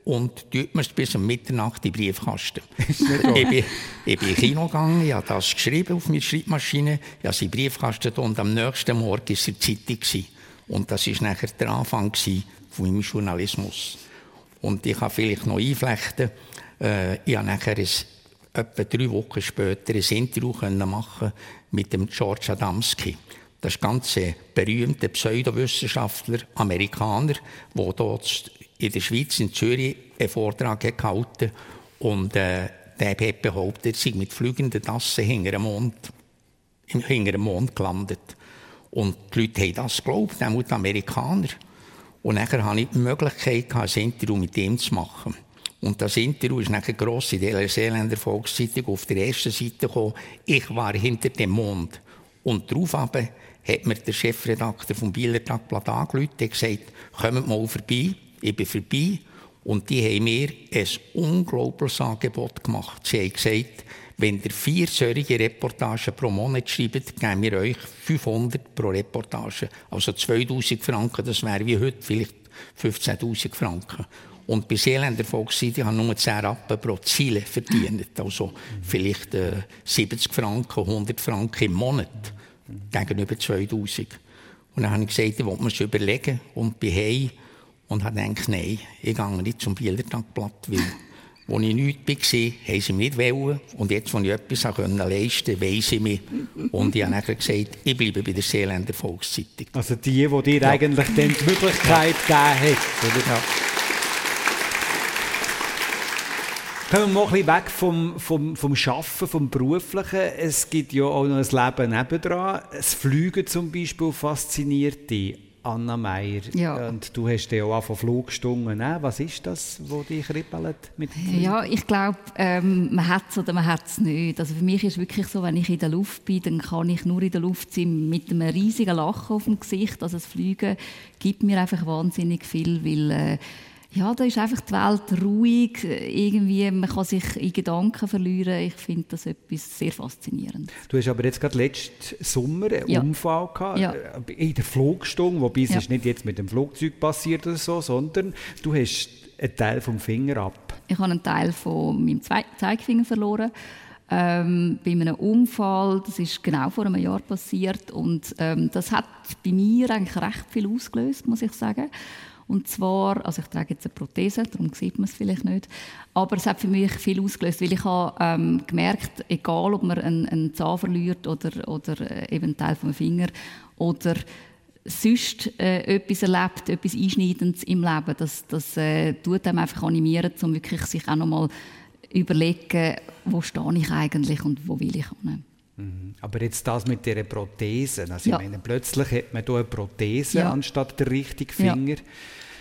und tut mir es bis um Mitternacht in den Briefkasten. ich, bin, ich bin ins Kino gegangen, ich habe das geschrieben auf meiner Schreibmaschine, ich habe es in den Briefkasten und am nächsten Morgen war es in der Zeitung. Und das war nachher der Anfang von meinem Journalismus. Und ich kann vielleicht noch einflechten, äh, ich habe nachher ein, etwa drei Wochen später ein Interview machen mit dem George Adamski. Das ist ein ganz berühmter Pseudowissenschaftler, Amerikaner, der dort in der Schweiz, in Zürich, einen Vortrag gehalten hat. Und äh, der hat behauptet, er sei mit fliegenden Tassen hinter dem Mond, hinter dem Mond gelandet. Und die Leute haben das geglaubt, auch die Amerikaner. Und nachher hatte ich die Möglichkeit, ein Interview mit ihm zu machen. Und das Interview ist nachher gross in der Seeländer Volkszeitung auf der ersten Seite gekommen. Ich war hinter dem Mond. Und daraufhin hat mir der Chefredakteur vom Bieler Tagblatt angerufen und gesagt, kommt mal vorbei. Ich bin vorbei. Und die haben mir ein unglaubliches Angebot gemacht. Sie haben gesagt, wenn ihr vier solche Reportagen pro Monat schreibt, geben wir euch fünfhundert pro Reportage. Also zweitausend Franken, das wäre wie heute vielleicht fünfzehntausend Franken. Und bei Seeländer Volkszeitung haben nur zehn Rappen pro Ziele verdient. Also vielleicht äh, siebzig Franken, hundert Franken im Monat gegenüber zweitausend. Und dann habe ich gesagt, ich wollte mir das überlegen und bin heim und habe gedacht, nein, ich gehe nicht zum Bieler Tagblatt, weil als ich nichts war, haben sie mich nicht wollen. Und jetzt, als ich etwas leisten konnte, weiss ich mich. Und ich habe dann gesagt, ich bleibe bei der Seeländer Volkszeitung. Also die, die dir ja. eigentlich dann die Möglichkeit ja. gegeben hat. Oder? Ja. Kommen wir mal ein bisschen weg vom, vom, vom Arbeiten, vom Beruflichen. Es gibt ja auch noch ein Leben nebendran. Das Fliegen zum Beispiel fasziniert dich, Anna Meier. Ja. Und du hast ja auch von Flugstunden. Was ist das, was dich kribbelt mit dem Fliegen? Ja, ich glaube, ähm, man hat es oder man hat es nicht. Also für mich ist es wirklich so, wenn ich in der Luft bin, dann kann ich nur in der Luft sein mit einem riesigen Lachen auf dem Gesicht. Also das Fliegen gibt mir einfach wahnsinnig viel, weil äh, ja, da ist einfach die Welt ruhig, irgendwie, man kann sich in Gedanken verlieren. Ich finde das etwas sehr Faszinierendes. Du hast aber jetzt gerade letzten Sommer einen ja. Unfall gehabt, ja. in der Flugstunde, wobei es ja. ist nicht jetzt mit dem Flugzeug passiert oder so, sondern du hast einen Teil vom Finger ab. Ich habe einen Teil von meinem Zeigefinger verloren. Ähm, bei einem Unfall, das ist genau vor einem Jahr passiert und ähm, das hat bei mir eigentlich recht viel ausgelöst, muss ich sagen. Und zwar, also ich trage jetzt eine Prothese, darum sieht man es vielleicht nicht, aber es hat für mich viel ausgelöst, weil ich habe ähm, gemerkt, egal ob man einen, einen Zahn verliert oder, oder äh, eben einen Teil vom Finger oder sonst äh, etwas erlebt, etwas Einschneidendes im Leben, das, das äh, tut einem einfach animieren, um wirklich sich auch noch mal überlegen, wo stehe ich eigentlich und wo will ich hin. Aber jetzt das mit dieser Prothese, also ja. ich meine, plötzlich hat man hier eine Prothese ja. anstatt der richtigen Finger. Ja.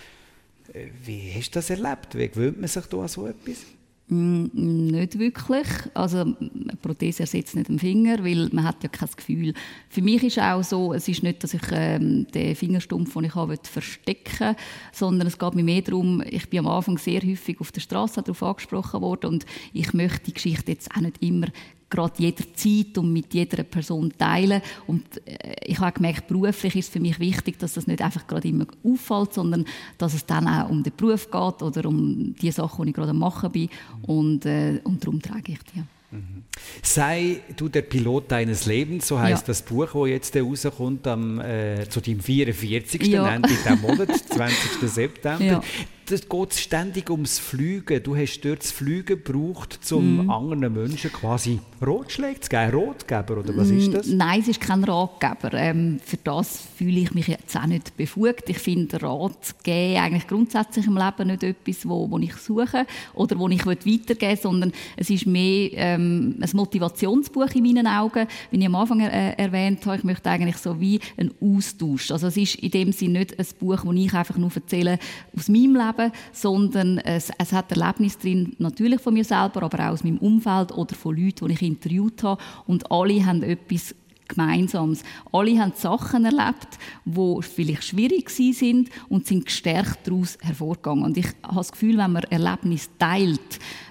Wie hast du das erlebt? Wie gewöhnt man sich da an so etwas? Mm, nicht wirklich. Also eine Prothese ersetzt nicht den Finger, weil man hat ja kein Gefühl. Für mich ist auch so, es ist nicht, dass ich ähm, den Fingerstumpf, den ich habe, verstecken will, sondern es geht mir mehr darum, ich bin am Anfang sehr häufig auf der Straße darauf angesprochen worden und ich möchte die Geschichte jetzt auch nicht immer gerade jederzeit und mit jeder Person teilen. Und äh, ich habe gemerkt, beruflich ist es für mich wichtig, dass das nicht einfach gerade immer auffällt, sondern dass es dann auch um den Beruf geht oder um die Sachen, die ich gerade am Machen bin. Und, äh, und darum trage ich die. Mhm. Sei du der Pilot deines Lebens, so heisst ja. das Buch, das jetzt rauskommt am, äh, zu deinem vierundvierzigsten Ja. Ende dieses Monat, zwanzigsten September. Ja. Das geht ständig ums Fliegen. Du hast dort das Fliegen gebraucht, um mm. anderen Menschen quasi Ratschläge zu geben, Ratgeber, oder was ist das? Nein, es ist kein Ratgeber. Ähm, für das fühle ich mich jetzt auch nicht befugt. Ich finde Rat geben eigentlich grundsätzlich im Leben nicht etwas, wo, wo ich suche oder wo ich weitergeben will, sondern es ist mehr ähm, ein Motivationsbuch in meinen Augen. Wie ich am Anfang äh, erwähnt habe, ich möchte eigentlich so wie einen Austausch. Also es ist in dem Sinne nicht ein Buch, das ich einfach nur erzähle aus meinem Leben, sondern es, es hat Erlebnisse drin, natürlich von mir selber, aber auch aus meinem Umfeld oder von Leuten, die ich interviewt habe. Und alle haben etwas Gemeinsames. Alle haben Sachen erlebt, die vielleicht schwierig waren und sind gestärkt daraus hervorgegangen. Und ich habe das Gefühl, wenn man Erlebnisse teilt,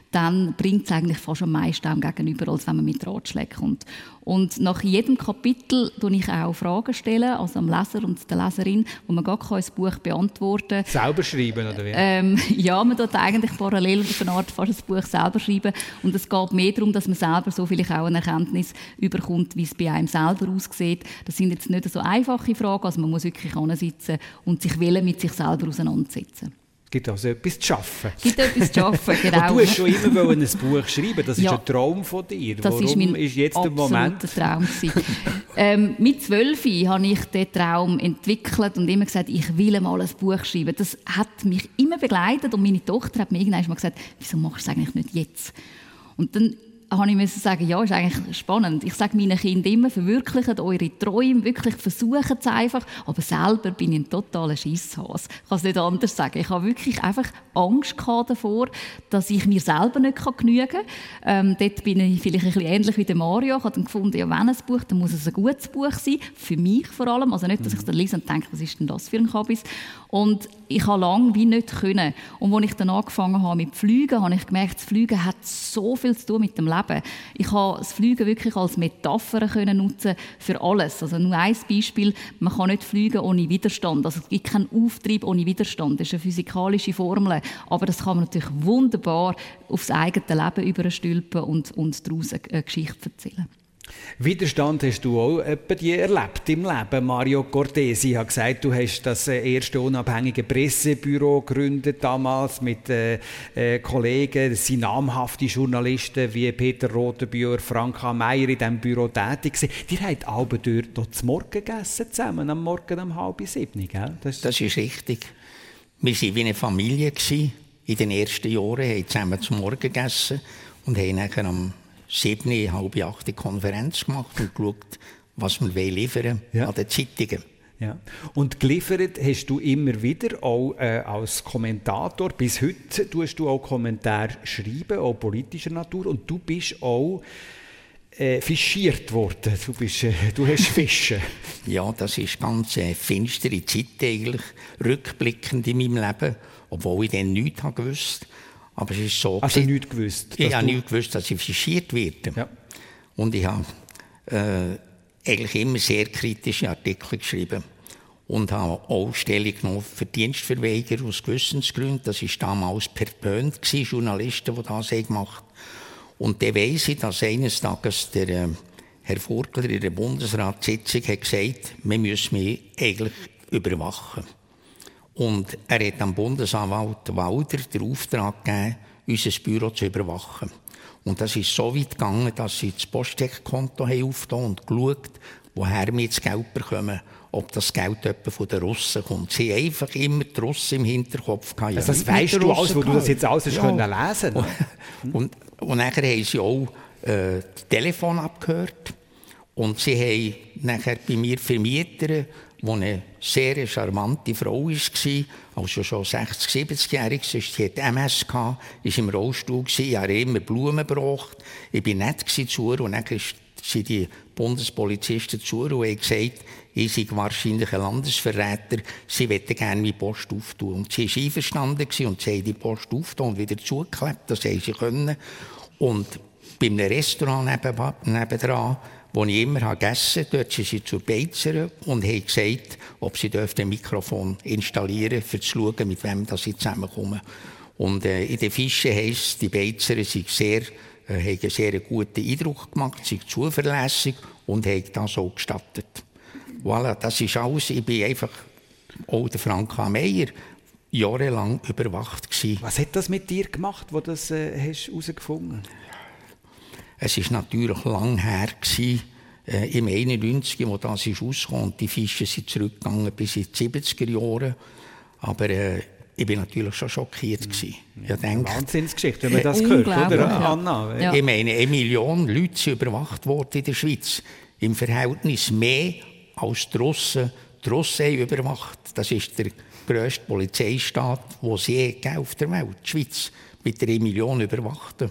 dann bringt es eigentlich fast am meisten dem gegenüber, als wenn man mit Ratschlägen kommt. Und nach jedem Kapitel stelle ich auch Fragen, stellen, also am Leser und der Leserin, wo man gar kein Buch beantworten kann. Selber schreiben, oder wie? Ähm, ja, man tut eigentlich parallel auf eine Art fast ein Buch selber schreiben. Und es geht mehr darum, dass man selber so vielleicht auch eine Erkenntnis überkommt, wie es bei einem selber aussieht. Das sind jetzt nicht so einfache Fragen, also man muss wirklich hinsitzen und sich wollen mit sich selber auseinandersetzen. Es gibt also etwas zu arbeiten. Es gibt etwas zu arbeiten, genau. Und du hast schon immer ein Buch schreiben, das ist ja, ein Traum von dir. Das Warum ist mein ist jetzt der Moment? Traum ähm, mit zwölf habe ich diesen Traum entwickelt und immer gesagt, ich will mal ein Buch schreiben. Das hat mich immer begleitet und meine Tochter hat mir irgendwann mal gesagt, wieso machst du es eigentlich nicht jetzt? Und dann habe ich müssen sagen, ja, ist eigentlich spannend. Ich sage meinen Kindern immer, verwirklichen eure Träume, wirklich versuchen es einfach. Aber selber bin ich ein totaler Scheisshase. Ich kann es nicht anders sagen. Ich habe wirklich einfach Angst gehabt davor, dass ich mir selber nicht genügen kann. Ähm, dort bin ich vielleicht ein bisschen ähnlich wie der Mario. Ich habe dann gefunden, ja, wenn ein Buch, dann muss es ein gutes Buch sein. Für mich vor allem. Also nicht, dass ich es dann lese und denke, was ist denn das für ein Kabis? Und ich habe lange wie nicht können. Und als ich dann angefangen habe mit Fliegen, habe ich gemerkt, das Fliegen hat so viel zu tun mit dem Leben. Ich konnte das Fliegen wirklich als Metapher nutzen für alles. Also nur ein Beispiel, man kann nicht fliegen ohne Widerstand. Also es gibt keinen Auftrieb ohne Widerstand. Das ist eine physikalische Formel. Aber das kann man natürlich wunderbar aufs eigene Leben überstülpen und, und daraus eine Geschichte erzählen. Widerstand hast du auch bei dir erlebt im Leben. Mario Cortesi hat gesagt, du hast das erste unabhängige Pressebüro gegründet damals mit äh, äh, Kollegen. Das sind namhafte Journalisten wie Peter Rothenbühr, Frank H. Meyer in diesem Büro tätig gewesen. Die haben alle dort zu Morgen gegessen zusammen, am Morgen um halb sieben, gell? Das, das ist richtig. Wir waren wie eine Familie gewesen. In den ersten Jahren haben wir zusammen zu Morgen gegessen und haben nachher am sieben, halb acht Konferenz gemacht und geschaut, was wir liefern ja. an den Zeitungen. Ja. Und geliefert hast du immer wieder, auch äh, als Kommentator. Bis heute tust du auch Kommentare schreiben, auch politischer Natur. Und du bist auch äh, fischiert worden. Du, bist, äh, du hast Fischen. Ja, das ist ganz äh, finstere Zeit eigentlich, rückblickend in meinem Leben, obwohl ich dann nichts gewusst habe. Aber es ist so. Also nichts gewusst? Ich habe nicht gewusst, dass ich fischiert werde. Ja. Und ich habe äh, eigentlich immer sehr kritische Artikel geschrieben. Und habe auch Stellung genommen für Dienstverweigerer aus Gewissensgründen. Das war damals verpönt, Journalisten, die das gemacht haben. Und dann weiss ich, dass eines Tages der äh, Herr Furgler in der Bundesratssitzung hat gesagt, wir müssen mich eigentlich überwachen. Und er hat am Bundesanwalt Walder den Auftrag gegeben, unser Büro zu überwachen. Und das ist so weit gegangen, dass sie das Postcheckkonto aufgetan und geschaut, woher wir das Geld bekommen, ob das Geld etwa von den Russen kommt. Sie haben einfach immer die Russen im Hinterkopf gehabt. Also das weisst du alles, wo du das jetzt alles ja. können lesen und, und, und nachher haben sie auch äh, das Telefon abgehört. Und sie haben nachher bei mir Vermieter, die eine sehr charmante Frau war, also schon sechzig-, siebzigjährig, sie hatte M S, war im Rollstuhl, ich habe immer Blumen gebracht, ich war nett zu ihr und dann sind die Bundespolizisten zu ihr und haben gesagt, ich sei wahrscheinlich ein Landesverräter, sie möchten gerne meine Post auftun. Und sie war einverstanden und sie haben die Post aufgetan und wieder zugeklebt, das haben sie können. Und bei einem Restaurant nebendran, wo ich immer gegessen habe, dort sind sie zur Beizer und haben gesagt, ob sie ein Mikrofon installieren dürfen, um zu schauen, mit wem sie zusammenkommen. Und äh, in den Fischen heisst, die Beizer sind sehr, äh, haben einen sehr guten Eindruck gemacht, sind zuverlässig und haben das auch gestattet. Voilà, das ist alles. Ich bin einfach auch der Frank H. Meyer jahrelang überwacht gewesen. Was hat das mit dir gemacht, wo du das äh, hast herausgefunden hast? Es war natürlich lang her, gewesen, äh, im einundneunzig, wo das ist rausgekommen. Und die Fische sind zurückgegangen bis in die siebziger Jahre. Aber äh, ich war natürlich schon schockiert. Gewesen. Ja, ich denke, Wahnsinnsgeschichte, wenn man das hört, oder, Anna? Ja. Ich meine, eine Million Leute sind überwacht worden in der Schweiz. Im Verhältnis mehr als die Russen. Die Russen haben überwacht. Das ist der grösste Polizeistaat, den es je auf der Welt gibt. Die Schweiz mit drei Millionen Überwachten.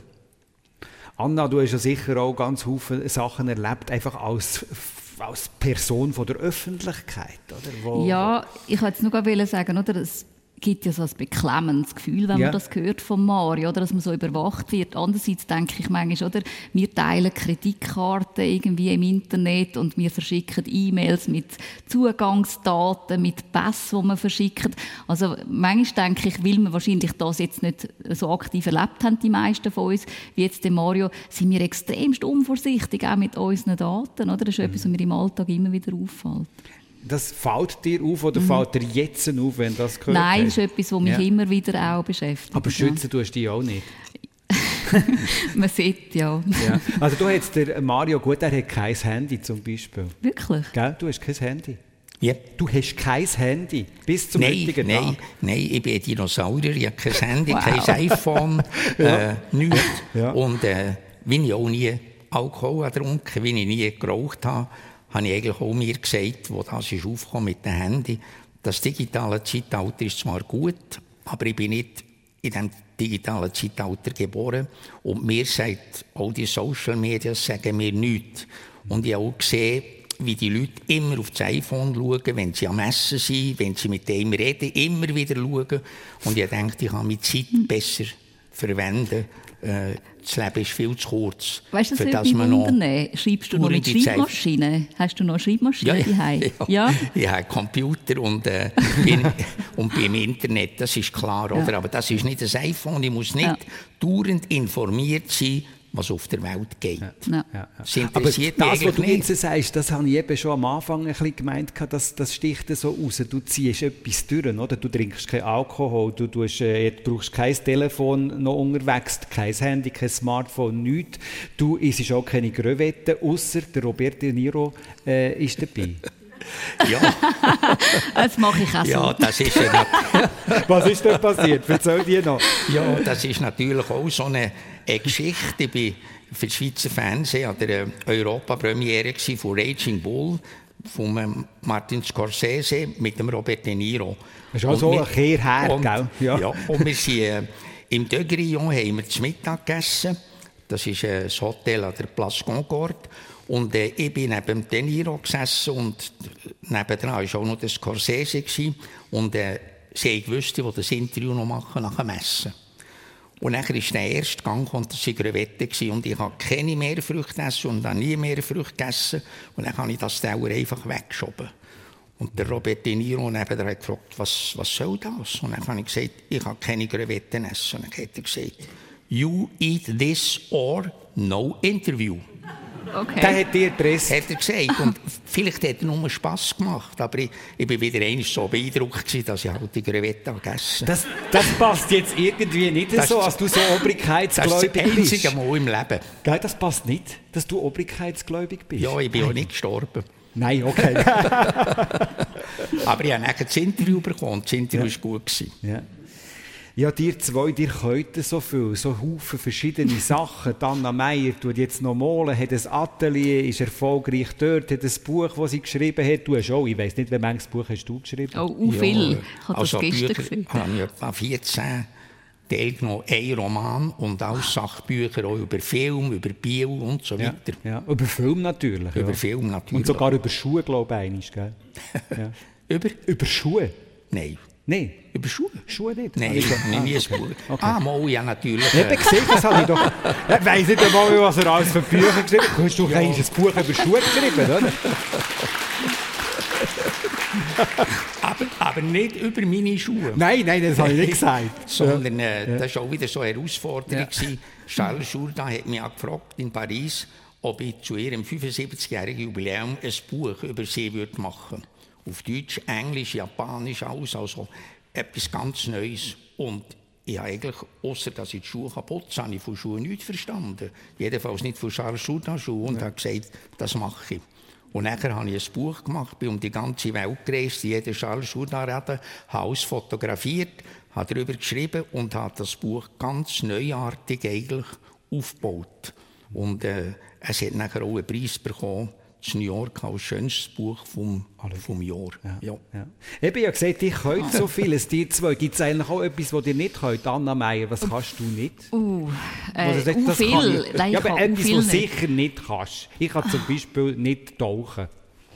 Anna, du hast ja sicher auch ganz viele Sachen erlebt, einfach als, als Person von der Öffentlichkeit, oder? Wo, ja, ich wollte jetzt nur sagen, oder? Das gibt ja so ein beklemmendes Gefühl, wenn ja. man das hört von Mario, oder dass man so überwacht wird. Andererseits denke ich manchmal, oder, wir teilen Kreditkarten irgendwie im Internet und wir verschicken E-Mails mit Zugangsdaten, mit Pässen, die man verschickt. Also manchmal denke ich, weil wir wahrscheinlich das jetzt nicht so aktiv erlebt haben, die meisten von uns, wie jetzt der Mario, sind wir extremst unvorsichtig, auch mit unseren Daten. Oder? Das ist mhm. etwas, was mir im Alltag immer wieder auffällt. Das fällt dir auf oder mhm. fällt dir jetzt auf, wenn das gehört Nein, hast? das ist etwas, was mich ja. immer wieder auch beschäftigt. Aber schützen tust du dich auch nicht? Man sieht, ja. ja. Also du hast der Mario, gut, er hat kein Handy zum Beispiel. Wirklich? Gell? Du hast kein Handy? Ja. Du hast kein Handy bis zum nein, heutigen nein, Tag? Nein, ich bin ein Dinosaurier, ich habe kein Handy, wow. kein iPhone, ja. äh, nichts. Ja. Und äh, wenn ich auch nie Alkohol getrunken, wenn ich nie geraucht habe, habe ich eigentlich auch mir gesagt, wo das ist aufgekommen mit dem Handy, das digitale Zeitalter ist zwar gut, aber ich bin nicht in diesem digitalen Zeitalter geboren. Und mir sagt auch die Social Media sagen mir nichts. Und ich habe auch gesehen, wie die Leute immer auf das iPhone schauen, wenn sie am Essen sind, wenn sie mit dem reden, immer wieder schauen. Und ich denke, ich kann meine Zeit besser verwenden. Äh, das Leben ist viel zu kurz. Weißt du, für das das man noch schreibst du noch mit Schreibmaschine? Hast du noch eine Schreibmaschine ja, daheim? Ja, ja. Ich habe einen Computer und, äh, bin, und bin im Internet, das ist klar. Ja. Oder? Aber das ist nicht ein iPhone. Ich muss nicht ja. dauernd informiert sein, was auf der Welt geht. Ja. Ja. Ja. Das interessiert Aber mich das, was du nicht. jetzt sagst, das habe ich eben schon am Anfang ein bisschen gemeint, das, das sticht so raus. Du ziehst etwas durch, oder? Du trinkst keinen Alkohol, du, tust, äh, du brauchst kein Telefon noch unterwegs, kein Handy, kein Smartphone, nichts. Du isst auch keine Crevetten, ausser der Robert De Niro äh, ist dabei. Ja. Das mache ich auch so. Ja, das ist ja Was ist denn passiert? Erzähl dir noch. Ja, das ist natürlich auch so eine, eine Geschichte. Ich war für das Schweizer Fernsehen an der Europapremiere von Raging Bull von Martin Scorsese mit dem Robert De Niro. Das ist auch so ein Kehr her, und, gell? Ja. Ja, und wir sind äh, im De Grillon haben wir zu Mittag gegessen. Das ist äh, das Hotel an der Place Concorde. Und äh, ich bin neben De Niro gesessen und nebendran war auch noch der Scorsese. Und äh, sie wussten, die das Interview noch machen nach dem Essen. Und dann war der erste Gang und das waren Crevetten. Und ich habe keine Meerfrüchte gegessen und habe nie Meerfrüchte gegessen. Und dann habe ich das Teller einfach weggeschoben. Und der Robert De Niro nebenan hat gefragt, was, was soll das? Und dann habe ich gesagt, ich habe keine Crevetten essen. Und dann hat er gesagt, you eat this or no interview. Okay. Der hat dir gepresst. Hat er gesagt. Und vielleicht hat er nur Spass gemacht. Aber ich, ich bin wieder einmal so beeindruckt gewesen, dass ich halt die Crevetten gegessen habe. Das, das passt jetzt irgendwie nicht das so, als du so obrigkeitsgläubig bist. Das ist das einzige Mal im Leben. Gell, das passt nicht, dass du obrigkeitsgläubig bist. Ja, ich bin auch nicht gestorben. Nein, okay. Aber ich habe nachher das Interview bekommen. Das Interview war ja. gut gewesen. Ja. Ja, dir zwei, dir könnt so viel, so Haufen verschiedene Sachen. Anna Meier tut jetzt noch malen, hat ein Atelier, ist erfolgreich dort, hat ein Buch, das sie geschrieben hat. Du hast auch, ich weiss nicht, wie manches Buch hast du geschrieben? Oh, uh, viel. Ja, ich habe also das gestern Bücher gesehen. habe ich etwa vierzehn teilgenommen, ein Roman und auch Sachbücher auch über Film, über Bio und so weiter. Ja, ja. Über Film natürlich. Über ja. Film natürlich. Und sogar über Schuhe, glaube ich, einmal, gell? Ja. über? Über Schuhe? Nein. Nein. Über Schuhe? Schuhe nicht? Nein, ich habe nie ein Buch. Okay. Ah, mal, ja, natürlich. Ich habe gesehen, das habe ich doch... Ich weiss nicht einmal, was er alles für Bücher geschrieben hat. Du hast doch eigentlich ein Buch über Schuhe geschrieben, oder? aber, aber nicht über meine Schuhe. Nein, nein, das habe ich nicht gesagt. Sondern äh, das war auch wieder so eine Herausforderung. Ja. Charles Jourdan hat mich auch gefragt in Paris, ob ich zu ihrem fünfundsiebzigjährigen Jubiläum ein Buch über sie würde machen würde. Auf Deutsch, Englisch, Japanisch, alles, also etwas ganz Neues. Und ich habe eigentlich, ausser dass ich die Schuhe putzen kann, habe ich von Schuhen nichts verstanden. Jedenfalls nicht von Charles Jourdan Schuhen. Und ja. habe gesagt, das mache ich. Und nachher habe ich ein Buch gemacht, bin um die ganze Welt gereist, jeder Charles Jourdan-Rede, habe alles fotografiert, habe darüber geschrieben und habe das Buch ganz neuartig eigentlich aufgebaut. Und äh, es hat nachher auch einen Preis bekommen, in New York als schönstes Buch vom, vom Jahr. Ja. Ja. Ja. Ich habe ja gesagt, ich könnte so vieles. Die zwei, gibt es eigentlich auch etwas, was ihr nicht könnt? Anna Meier, was kannst du nicht? Uh, äh, sagt, uh das viel. Kann ich. Nein, ja, aber etwas, was du nicht. sicher nicht kannst. Ich kann zum Beispiel nicht tauchen.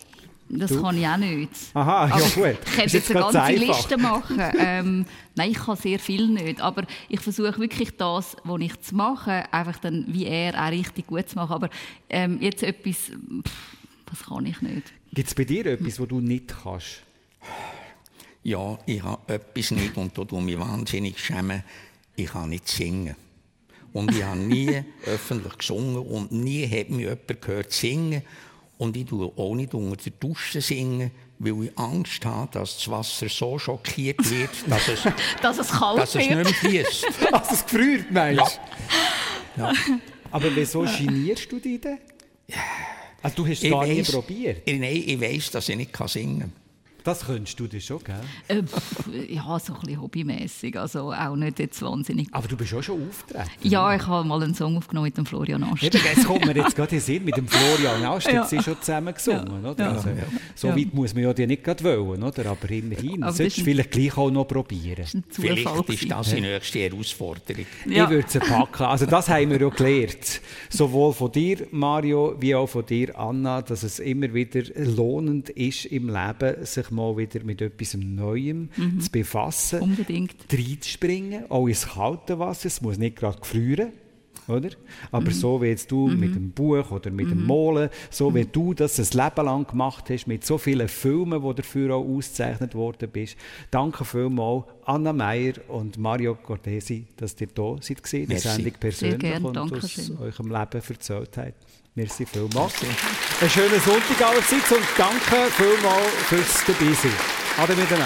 Das du? kann ich auch nicht. Aha, ja aber gut. Ich könnte jetzt eine ganze Liste machen. Ähm, nein, ich kann sehr viel nicht. Aber ich versuche wirklich das, was ich zu machen, einfach dann wie er auch richtig gut zu machen. Aber ähm, jetzt etwas, pff, das kann ich nicht. Gibt es bei dir etwas, was du nicht kannst? Ja, ich habe etwas nicht und da tue ich mich wahnsinnig schämen. Ich kann nicht singen. Und ich habe nie öffentlich gesungen und nie hat mich jemand gehört singen. Und ich tue auch nicht unter der Dusche singen, weil ich Angst habe, dass das Wasser so schockiert wird, dass es, dass es kalt dass es nicht mehr fließt. Dass es gefriert, meinst du? Ja. Ja. Aber wieso genierst du dich denn? Also, du hast es gar nie probiert. Nein, ich weiss, dass ich nicht singen kann. Das könntest du das schon, gell? Äh, pff, ja, so ein bisschen hobbymässig, also auch nicht jetzt wahnsinnig. Aber du bist auch schon aufgetreten. Ja, ich habe mal einen Song aufgenommen mit dem Florian Ast. Eben, jetzt kommt mir jetzt gerade in den Sinn, mit dem Florian Ast, Ja. sie schon zusammen gesungen, Ja. oder? Ja. Also, Ja. so Ja. weit muss man ja die nicht gerade wollen, oder? Aber immerhin, Aber solltest du das ist vielleicht gleich auch noch probieren. Das war ein Zufall. Vielleicht ist gewesen. das die nächste Herausforderung. Ja. Ich würde sie packen. Also das haben wir ja gelernt. Sowohl von dir, Mario, wie auch von dir, Anna, dass es immer wieder lohnend ist im Leben, sich mal wieder mit etwas Neuem Mhm. zu befassen, Unbedingt. reinzuspringen, auch ins kalte Wasser. Es muss nicht gerade gefrieren, oder? Aber Mhm. so wie jetzt du mit dem Buch oder mit dem Malen, so wie du das ein Leben lang gemacht hast, mit so vielen Filmen, wo dafür auch ausgezeichnet worden bist. Danke vielmals, Anna Meier und Mario Cortesi, dass ihr da seid, die Merci. Sendung persönlich Sehr gern, und danke aus schön. eurem Leben erzählt habt. Merci vielmals. Einen schönen Sonntag allerseits und danke vielmals fürs Dabeisein. Ade miteinander.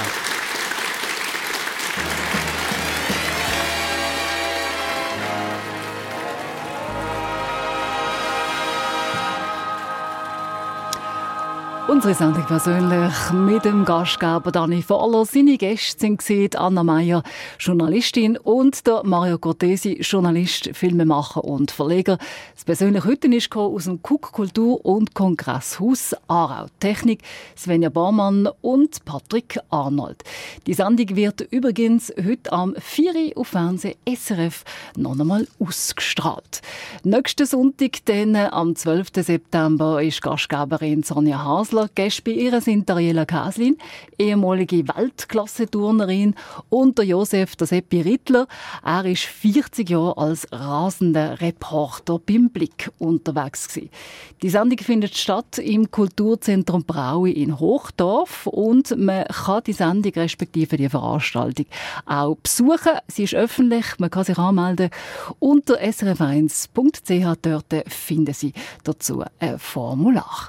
Unsere Sendung persönlich mit dem Gastgeber Dani Vorler. Seine Gäste waren Anna Meier, Journalistin, und der Mario Cortesi, Journalist, Filmemacher und Verleger. Das persönliche heute ist aus dem Cook Kultur- und Kongresshaus Aarau. Technik Svenja Barmann und Patrick Arnold. Die Sendung wird übrigens heute am vier Uhr auf Fernsehen S R F noch einmal ausgestrahlt. Nächsten Sonntag, dann, am zwölften September, ist Gastgeberin Sonja Hasler. Gäste bei ihr sind Dariela Käslin, ehemalige Weltklasse-Turnerin, und der Josef, der Seppi Rittler. Er ist vierzig Jahre als rasender Reporter beim Blick unterwegs gewesen. Die Sendung findet statt im Kulturzentrum Braui in Hochdorf und man kann die Sendung respektive die Veranstaltung auch besuchen. Sie ist öffentlich, man kann sich anmelden unter s r f eins punkt c h. Dort finden Sie dazu ein Formular.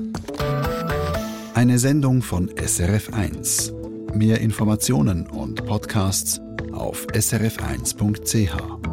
Eine Sendung von S R F eins. Mehr Informationen und Podcasts auf s r f eins punkt c h.